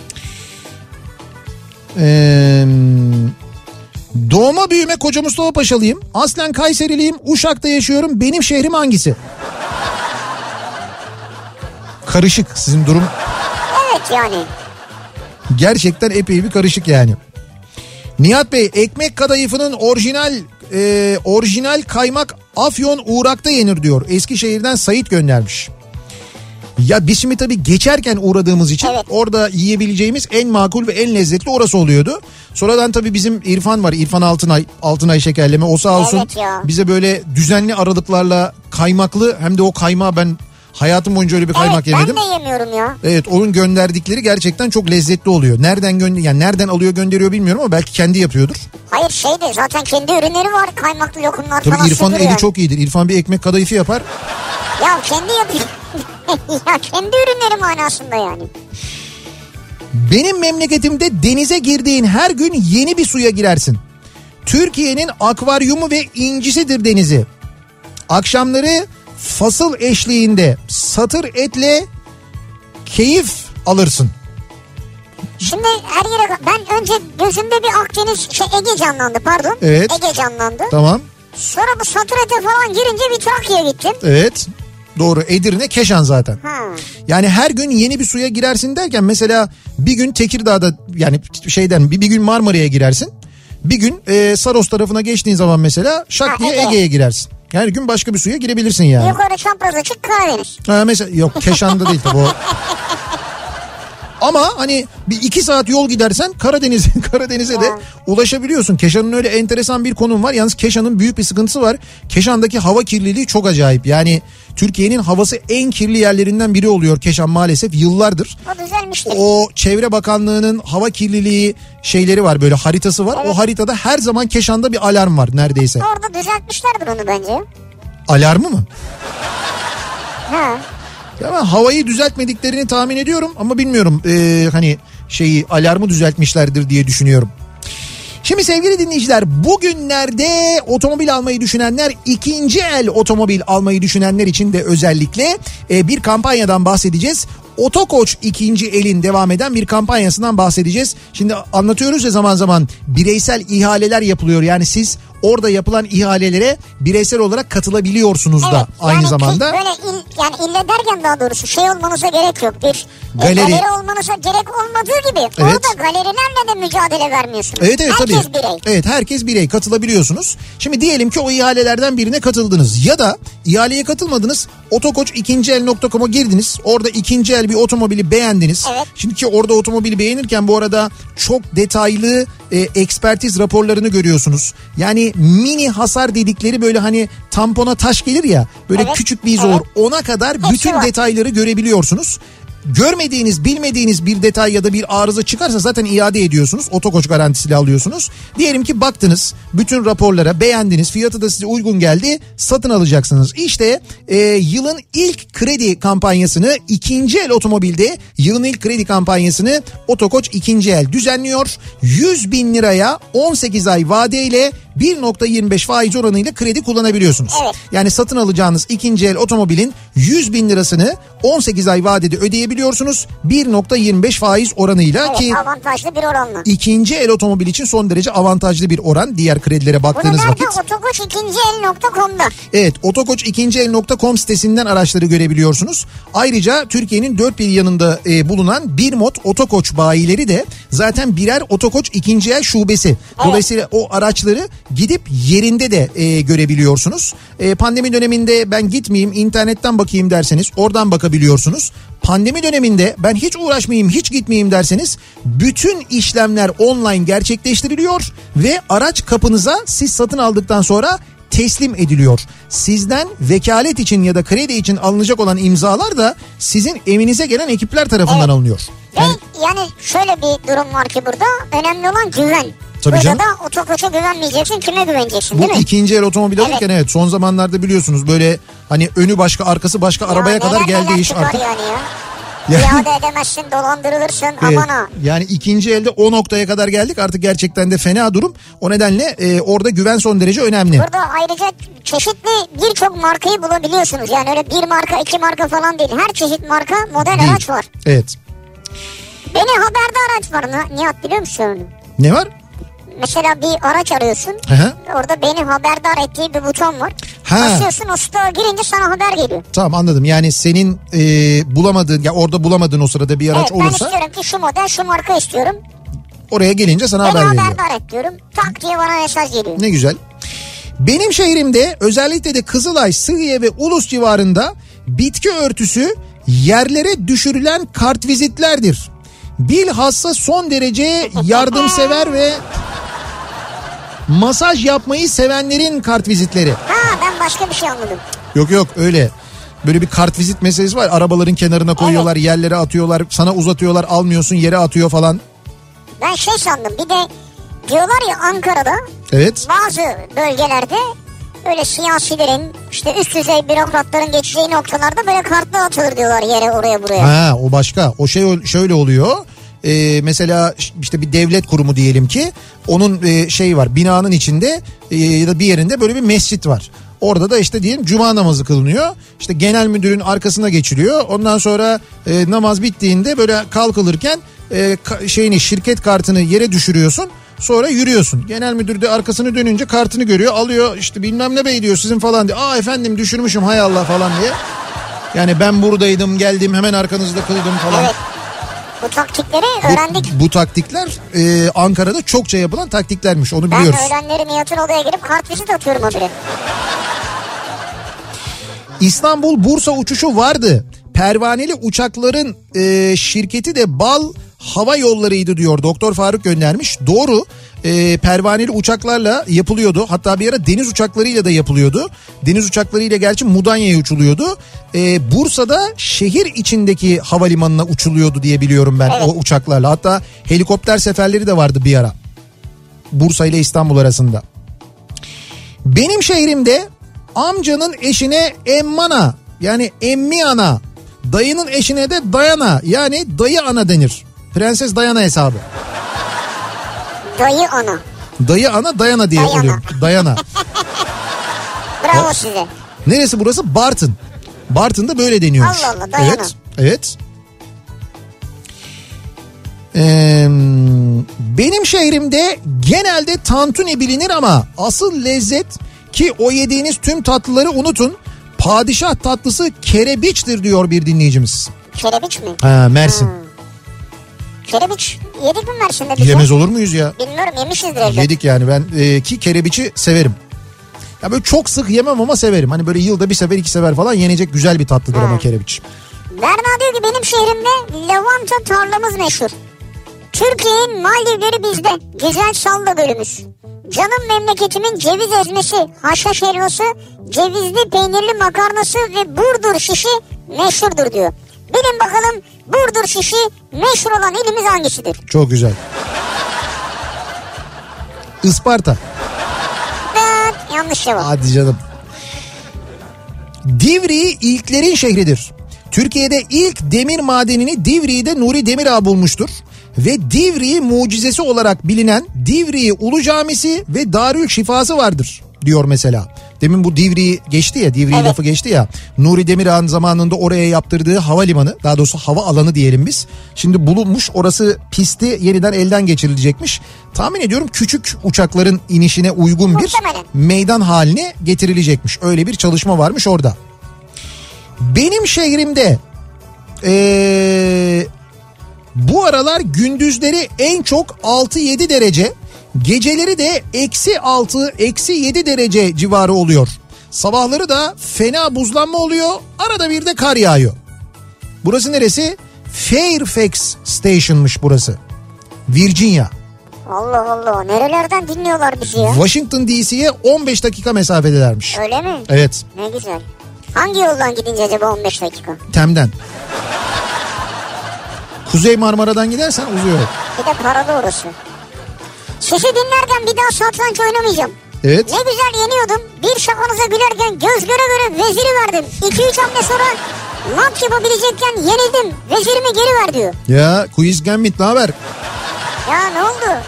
Ee, doğma büyüme Koca Mustafa Paşalıyım. Aslen Kayseriliyim. Uşak'ta yaşıyorum. Benim şehrim hangisi? Karışık sizin durum. Evet yani. Gerçekten epey bir karışık yani. Nihat Bey, ekmek kadayıfının orijinal e, orijinal kaymak Afyon Uğrak'ta yenir diyor. Eskişehir'den Sait göndermiş. Ya biz şimdi tabii geçerken uğradığımız için evet. orada yiyebileceğimiz en makul ve en lezzetli orası oluyordu. Sonradan tabii bizim İrfan var. İrfan Altınay, Altınay şekerleme. O sağ olsun evet bize böyle düzenli aralıklarla kaymaklı, hem de o kaymağı ben Hayatım boyunca öyle bir kaymak evet, yemedim. Evet ben de yemiyorum ya. Evet, onun gönderdikleri gerçekten çok lezzetli oluyor. Nereden gönder yani nereden alıyor gönderiyor bilmiyorum ama belki kendi yapıyordur. Hayır şeydi zaten kendi ürünleri var, kaymaklı lokumlar Tabii falan. İrfan'ın eli yani. çok iyidir. İrfan bir ekmek kadayıfı yapar. Ya kendi yapıyor. Ya kendi ürünleri manasında yani. Benim memleketimde denize girdiğin her gün yeni bir suya girersin. Türkiye'nin akvaryumu ve incisidir denizi. Akşamları fasıl eşliğinde satır etle keyif alırsın. Şimdi her yere ben önce gözümde bir Akdeniz şey Ege canlandı pardon. Evet. Ege canlandı. Tamam. Sonra bu satır ete falan girince bir Trakya'ya gittim. Evet. Doğru, Edirne, Keşan zaten. Ha. Yani her gün yeni bir suya girersin derken mesela bir gün Tekirdağ'da yani şeyden bir, bir gün Marmara'ya girersin. Bir gün e, Saros tarafına geçtiğin zaman mesela şak Ha, diye Ege. Ege'ye girersin. Her gün başka bir suya girebilirsin yani. Yukarı çapraz açık Karadeniz. Ha, mesela yok Keşan'da değil tabii o. Ama hani bir iki saat yol gidersen Karadeniz, Karadeniz'e de ulaşabiliyorsun. Keşan'ın öyle enteresan bir konum var. Yalnız Keşan'ın büyük bir sıkıntısı var. Keşan'daki hava kirliliği çok acayip. Yani Türkiye'nin havası en kirli yerlerinden biri oluyor Keşan maalesef yıllardır. O düzelmiştir. O Çevre Bakanlığı'nın hava kirliliği şeyleri var, böyle haritası var. Evet. O haritada her zaman Keşan'da bir alarm var neredeyse. Orada düzeltmişlerdir onu bence. Alarmı mı? Ha. Ya ben havayı düzeltmediklerini tahmin ediyorum ama bilmiyorum ee, hani şeyi alarmı düzeltmişlerdir diye düşünüyorum. Şimdi sevgili dinleyiciler, bugünlerde otomobil almayı düşünenler, ikinci el otomobil almayı düşünenler için de özellikle e, bir kampanyadan bahsedeceğiz. Otokoç ikinci elin devam eden bir kampanyasından bahsedeceğiz. Şimdi anlatıyoruz ya zaman zaman bireysel ihaleler yapılıyor. Yani siz orada yapılan ihalelere bireysel olarak katılabiliyorsunuz Evet, da aynı yani zamanda. Böyle il, yani ille derken daha doğrusu şey olmanıza gerek yok. Bir Galeri. e, galeri olmanıza gerek olmadığı gibi Evet. orada galerilerle de mücadele vermiyorsunuz. Evet evet herkes tabii. birey. Evet herkes birey, katılabiliyorsunuz. Şimdi diyelim ki o ihalelerden birine katıldınız ya da ihaleye katılmadınız. otokoç ikinci el nokta com'a girdiniz. Orada ikinci el bir otomobili beğendiniz. Evet. Şimdi ki orada otomobili beğenirken bu arada çok detaylı e, ekspertiz raporlarını görüyorsunuz. Yani mini hasar dedikleri böyle hani tampona taş gelir ya, böyle Evet, küçük bir iz evet. olur. Ona kadar Hepsi bütün var. detayları görebiliyorsunuz. Görmediğiniz, bilmediğiniz bir detay ya da bir arıza çıkarsa zaten iade ediyorsunuz. Otokoç garantisiyle alıyorsunuz. Diyelim ki baktınız bütün raporlara, beğendiniz, fiyatı da size uygun geldi, satın alacaksınız. İşte e, yılın ilk kredi kampanyasını, ikinci el otomobilde yılın ilk kredi kampanyasını Otokoç ikinci el düzenliyor. yüz bin liraya on sekiz ay vadeyle bir nokta yirmi beş faiz oranıyla kredi kullanabiliyorsunuz. Evet. Yani satın alacağınız ikinci el otomobilin yüz bin lirasını on sekiz ay vadede ödeyebiliyorsunuz. bir nokta yirmi beş faiz oranıyla Evet, ki avantajlı bir oranla. ikinci el otomobil için son derece avantajlı bir oran diğer kredilere Bunu baktığınız nerede? vakit. otokoç ikinci el nokta com'da. Evet, otokoç ikinci el nokta com sitesinden araçları görebiliyorsunuz. Ayrıca Türkiye'nin dört bir yanında e, bulunan Birmot Otokoç bayileri de zaten birer Otokoç ikinci el şubesi. Dolayısıyla o araçları gidip yerinde de e, görebiliyorsunuz. E, pandemi döneminde ben gitmeyeyim, internetten bakayım derseniz oradan bakabiliyorsunuz. Pandemi döneminde ben hiç uğraşmayayım, hiç gitmeyeyim derseniz bütün işlemler online gerçekleştiriliyor ve araç kapınıza siz satın aldıktan sonra teslim ediliyor. Sizden vekalet için ya da kredi için alınacak olan imzalar da sizin evinize gelen ekipler tarafından Evet. alınıyor. Ve Yani, yani şöyle bir durum var ki burada önemli olan güven. Tabii Burada canım. da otokoça güvenmeyeceksin, kime güveneceksin bu değil mi? ikinci el otomobil Evet. alırken evet son zamanlarda biliyorsunuz böyle hani önü başka arkası başka Ya arabaya kadar neler geldi neler iş çıkar artık. Yani ya. Yani- İade edemezsin, dolandırılırsın, Evet, aman ha. yani ikinci elde o noktaya kadar geldik artık, gerçekten de fena durum. O nedenle e, orada güven son derece önemli. Burada ayrıca çeşitli birçok markayı bulabiliyorsunuz. Yani öyle bir marka, iki marka falan değil. Her çeşit marka, model Değil. araç var. Evet. Beni haberdar aç var mı? Nihat biliyor musun onu? Ne var? Mesela bir araç arıyorsun. Hı hı. Orada beni haberdar ettiği bir buton var. Ha. Basıyorsun, o stoğa girince sana haber geliyor. Tamam, anladım. Yani senin e, bulamadığın ya orada bulamadığın o sırada bir araç Evet, ben olursa istiyorum ki şu model, şu marka istiyorum. oraya gelince sana Beni haber veriyor. haberdar et diyorum. Tak diye bana mesaj geliyor. Ne güzel. Benim şehrimde özellikle de Kızılay, Sıhhiye ve Ulus civarında bitki örtüsü yerlere düşürülen kartvizitlerdir. Bilhassa son derece yardımsever ve masaj yapmayı sevenlerin kartvizitleri. Ha, ben başka bir şey anladım. Yok yok öyle. Böyle bir kartvizit meselesi var. Arabaların kenarına koyuyorlar, evet. yerlere atıyorlar, sana uzatıyorlar, almıyorsun, yere atıyor falan. Ben şey sandım, bir de diyorlar ya Ankara'da, evet. bazı bölgelerde böyle siyasilerin, işte üst düzey bürokratların geçeceği noktalarda böyle kartlar atılır diyorlar yere, oraya buraya. Ha, o başka. O şey şöyle oluyor. Ee, mesela işte bir devlet kurumu diyelim ki, onun e, şeyi var, binanın içinde e, ya da bir yerinde böyle bir mescit var. Orada da işte diyelim cuma namazı kılınıyor. İşte genel müdürün arkasına geçiliyor. Ondan sonra e, namaz bittiğinde böyle kalkılırken e, ka, şeyini şirket kartını yere düşürüyorsun. Sonra yürüyorsun. Genel müdür de arkasını dönünce kartını görüyor, alıyor, işte bilmem ne bey diyor sizin falan diye. Aa efendim düşürmüşüm hay Allah falan diye. Yani ben buradaydım, geldim, hemen arkanızda kıldım falan. Evet. Bu taktikleri öğrendik. Bu, bu taktikler e, Ankara'da çokça yapılan taktiklermiş, onu ben biliyoruz. Ben öğlenleri Nihat'ın odaya girip kartvizit atıyorum habire. İstanbul Bursa uçuşu vardı. Pervaneli uçakların e, şirketi de Bal Hava Yolları'ydı diyor. Doktor Faruk göndermiş. Doğru. E, pervaneli uçaklarla yapılıyordu. Hatta bir ara deniz uçaklarıyla da yapılıyordu. Deniz uçaklarıyla gerçi Mudanya'ya uçuluyordu. E, Bursa'da şehir içindeki havalimanına uçuluyordu diye biliyorum ben, evet. o uçaklarla. Hatta helikopter seferleri de vardı bir ara. Bursa ile İstanbul arasında. Benim şehrimde amcanın eşine emmana, yani emmi ana, dayının eşine de dayana, yani dayı ana denir. Prenses Dayana hesabı. Dayı ana. Dayı ana Dayana diye Dayana. oluyor. Dayana. Bravo size. Neresi burası? Bartın. Bartın'da böyle deniyormuş. Allah Allah, Dayana. Evet. Evet. Ee, benim şehrimde genelde tantuni bilinir ama asıl lezzet, ki o yediğiniz tüm tatlıları unutun, padişah tatlısı kerebiçtir diyor bir dinleyicimiz. Kerebiç mi? Ha, Mersin. Hmm. Kerebiç yedik mi Mersin'de biz? Yemez olur muyuz ya? Bilmiyorum, yemişizdir evde. Yedik yani, ben e, ki kerebiçi severim. Ya böyle çok sık yemem ama severim. Hani böyle yılda bir sefer iki sefer falan yenecek güzel bir tatlıdır hmm. ama kerebiç. Berna diyor ki benim şehrimde lavanta tarlamız meşhur. Türkiye'nin Maldivleri bizde. Güzel salla gölümüz. Canım memleketimin ceviz ezmesi, haşhaş helvası, cevizli peynirli makarnası ve Burdur şişi meşhurdur diyor. Bilin bakalım Burdur şişi meşhur olan ilimiz hangisidir? Çok güzel. Isparta. Evet, yanlış cevap. Hadi canım. Divriği ilklerin şehridir. Türkiye'de ilk demir madenini Divriği'de Nuri Demirağ bulmuştur. Ve Divriği mucizesi olarak bilinen Divriği Ulu Camisi ve Darül Şifası vardır diyor mesela. Demin bu Divriği geçti ya, Divriği evet. lafı geçti ya. Nuri Demirağ'ın zamanında oraya yaptırdığı havalimanı, daha doğrusu hava alanı diyelim biz. Şimdi bulunmuş, orası pisti yeniden elden geçirilecekmiş. Tahmin ediyorum küçük uçakların inişine uygun bir meydan haline getirilecekmiş. Öyle bir çalışma varmış orada. Benim şehrimde Eee... bu aralar gündüzleri en çok altı yedi derece, geceleri de eksi altı, eksi yedi derece civarı oluyor. Sabahları da fena buzlanma oluyor, arada bir de kar yağıyor. Burası neresi? Fairfax Station'mış burası. Virginia. Allah Allah, nerelerden dinliyorlar bizi ya? Washington D C'ye on beş dakika mesafedelermiş. Öyle mi? Evet. Ne güzel. Hangi yoldan gidince acaba on beş dakika? Tem'den. Kuzey Marmara'dan gidersen uzuyor. Bir de paralı orası. Sizi dinlerken bir daha satranç oynamayacağım. Evet. Ne güzel yeniyordum. Bir şakanıza gülerken göz göre göre veziri verdim. iki üç hamle sonra mat yapabilecekken yenildim. Vezirimi geri ver diyor. Ya Quiz Gambit ne haber? Ya ne oldu?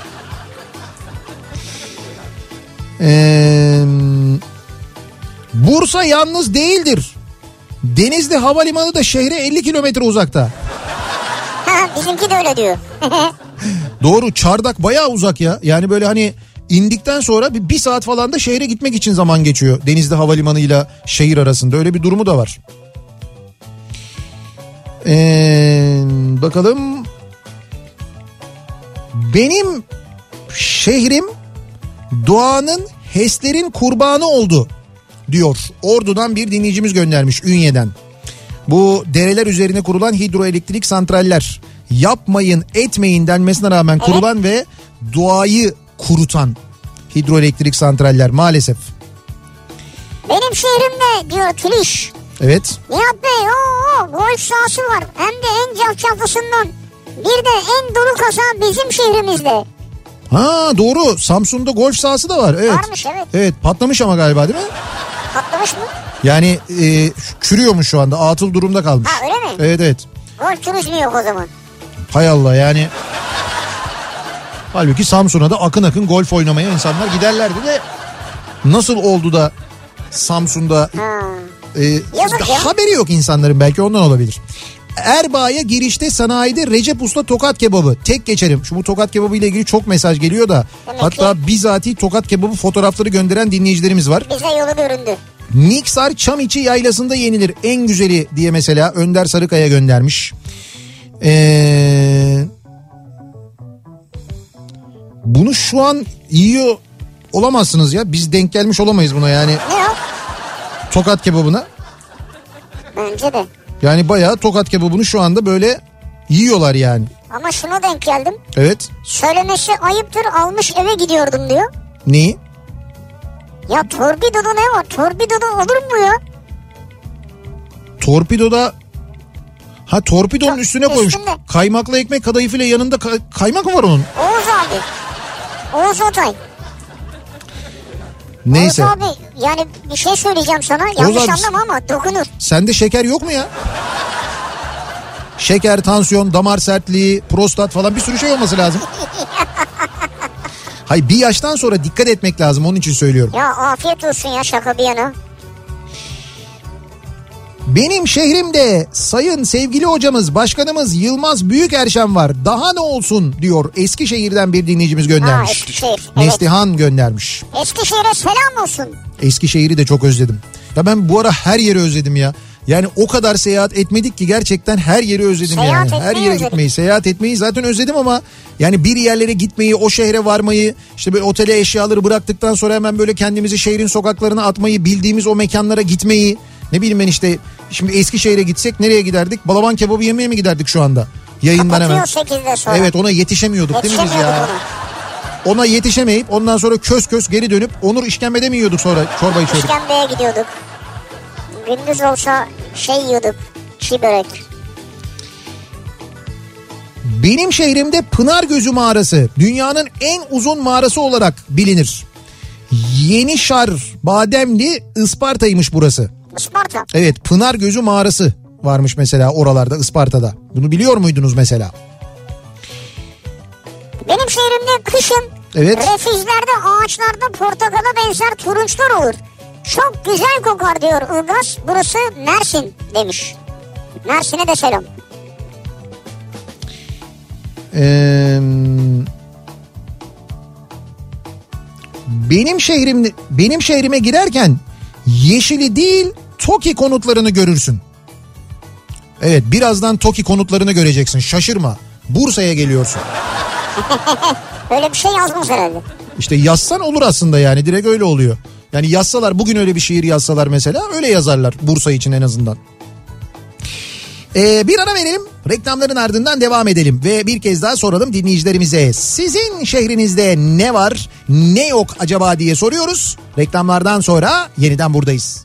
Ee, Bursa yalnız değildir. Denizli Havalimanı da şehre elli kilometre uzakta. Bizimki de öyle diyor. Doğru, Çardak bayağı uzak ya. Yani böyle hani indikten sonra bir, bir saat falan da şehre gitmek için zaman geçiyor. Denizli Havalimanı ile şehir arasında öyle bir durumu da var. Ee, bakalım. Benim şehrim doğanın, HES'lerin kurbanı oldu diyor. Ordu'dan bir dinleyicimiz göndermiş, Ünye'den. Bu dereler üzerine kurulan hidroelektrik santraller, yapmayın etmeyin denmesine rağmen kurulan evet. ve doğayı kurutan hidroelektrik santraller maalesef. Benim şehrimde diyor Tülüş, Evet. Nihat Bey o golf sahası var. Hem de en cafcaflısından. Bir de en dolu kasa bizim şehrimizde. Ha doğru, Samsun'da golf sahası da var. Evet. Varmış evet. Evet, patlamış ama galiba değil mi? Patlamış mı? Yani e, çürüyormuş şu anda, atıl durumda kalmış. Ha öyle mi? Evet evet. Golf turizmi yok o zaman. Hay Allah yani. Halbuki Samsun'a da akın akın golf oynamaya insanlar giderlerdi de nasıl oldu da Samsun'da e, haberi yok insanların, belki ondan olabilir. Erbaa'ya girişte sanayide Recep Usta tokat kebabı. Tek geçerim. Şu bu tokat kebabı ile ilgili çok mesaj geliyor da. Demek hatta ki bizatihi tokat kebabı fotoğrafları gönderen dinleyicilerimiz var. Bize yolu göründü. Niksar Çamiçi yaylasında yenilir en güzeli diye mesela Önder Sarıkaya göndermiş. Ee, bunu şu an yiyor olamazsınız ya. Biz denk gelmiş olamayız buna yani. Ne o? Tokat kebabına. Bence de. Yani bayağı tokat kebabını şu anda böyle yiyorlar yani. Ama şuna denk geldim. Evet. Söylemesi ayıptır, almış eve gidiyordum diyor. Neyi? Ya torpidoda ne var? Torpidoda olur mu ya? Torpidoda... Ha torpidonun Çok üstüne koymuş. Üstünde. Kaymaklı ekmek kadayıfıyla yanında kay- kaymak mı var onun? Oğuz abi. Oğuz Otay. Neyse. Oğuz abi yani bir şey söyleyeceğim sana. Yanlış abi, anlama ama dokunur. Sende şeker yok mu ya? Şeker, tansiyon, damar sertliği, prostat falan bir sürü şey olması lazım. Hayır, bir yaştan sonra dikkat etmek lazım, onun için söylüyorum. Ya afiyet olsun ya, şaka bir yana. Benim şehrimde sayın sevgili hocamız, başkanımız Yılmaz Büyükerşen var. Daha ne olsun diyor. Eskişehir'den bir dinleyicimiz göndermiş. Ha, Eskişehir. Neslihan evet. göndermiş. Eskişehir'e selam olsun. Eskişehir'i de çok özledim. Ya ben bu ara her yeri özledim ya. Yani o kadar seyahat etmedik ki gerçekten her yeri özledim seyahat yani. Her yere özledim. gitmeyi, seyahat etmeyi zaten özledim ama yani bir yerlere gitmeyi, o şehre varmayı, işte böyle otele eşyaları bıraktıktan sonra hemen böyle kendimizi şehrin sokaklarına atmayı, bildiğimiz o mekanlara gitmeyi. Ne bileyim ben işte şimdi Eskişehir'e gitsek nereye giderdik? Balaban kebabı yemeye mi giderdik şu anda? Yayından hemen. sekizde sonra. Evet, ona yetişemiyorduk değil mi biz ya? Ona. ona yetişemeyip ondan sonra kös kös geri dönüp Onur işkembede mi yiyorduk sonra çorba içiyorduk? İşkembeye gidiyorduk. Gündüz olsa şey yiyorduk, çiğ börek. Benim şehrimde Pınargözü mağarası dünyanın en uzun mağarası olarak bilinir. Yenişar Bademli Isparta'ymış burası. Isparta. Evet, Pınargözü mağarası varmış mesela oralarda, Isparta'da. Bunu biliyor muydunuz mesela? Benim şehrimde kışın evet. refüjlerde ağaçlarda portakala benzer turunçlar olur. Çok güzel kokar diyor Ilgaz. Burası Mersin demiş. Mersin'e de selam. Ee, benim şehrim benim şehrime girerken Yeşili değil TOKİ konutlarını görürsün. Evet, birazdan TOKİ konutlarını göreceksin, şaşırma. Bursa'ya geliyorsun. Öyle bir şey yazmaz herhalde. İşte yazsan olur aslında, yani direkt öyle oluyor. Yani yazsalar, bugün öyle bir şiir yazsalar mesela, öyle yazarlar Bursa için en azından. Ee, bir ara verelim, reklamların ardından devam edelim ve bir kez daha soralım dinleyicilerimize. Sizin şehrinizde ne var ne yok acaba diye soruyoruz. Reklamlardan sonra yeniden buradayız.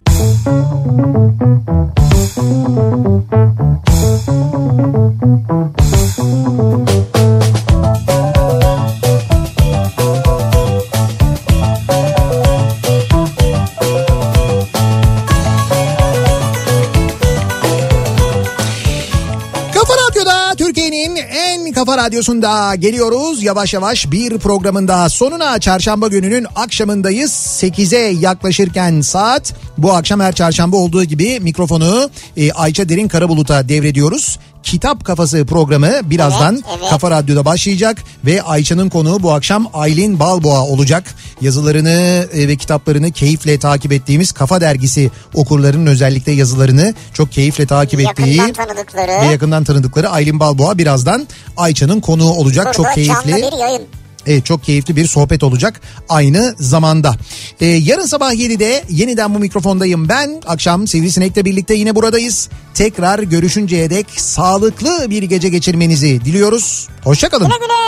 Kafa Radyosu'nda geliyoruz yavaş yavaş bir programın daha sonuna. Çarşamba gününün akşamındayız. sekize yaklaşırken saat, bu akşam her çarşamba olduğu gibi mikrofonu e, Ayça Derin Karabulut'a devrediyoruz. Kitap Kafası programı birazdan evet, evet. Kafa Radyo'da başlayacak ve Ayça'nın konuğu bu akşam Aylin Balboğa olacak. Yazılarını ve kitaplarını keyifle takip ettiğimiz Kafa Dergisi okurlarının özellikle yazılarını çok keyifle takip ettiği yakından tanıdıkları ve yakından tanıdıkları Aylin Balboğa birazdan Ayça'nın konuğu olacak. Burada çok keyifli. canlı bir yayın. Evet, çok keyifli bir sohbet olacak aynı zamanda. Ee, yarın sabah yedide yeniden bu mikrofondayım ben. Akşam Sivrisinek'le birlikte yine buradayız. Tekrar görüşünceye dek sağlıklı bir gece geçirmenizi diliyoruz. Hoşça kalın. Güle güle.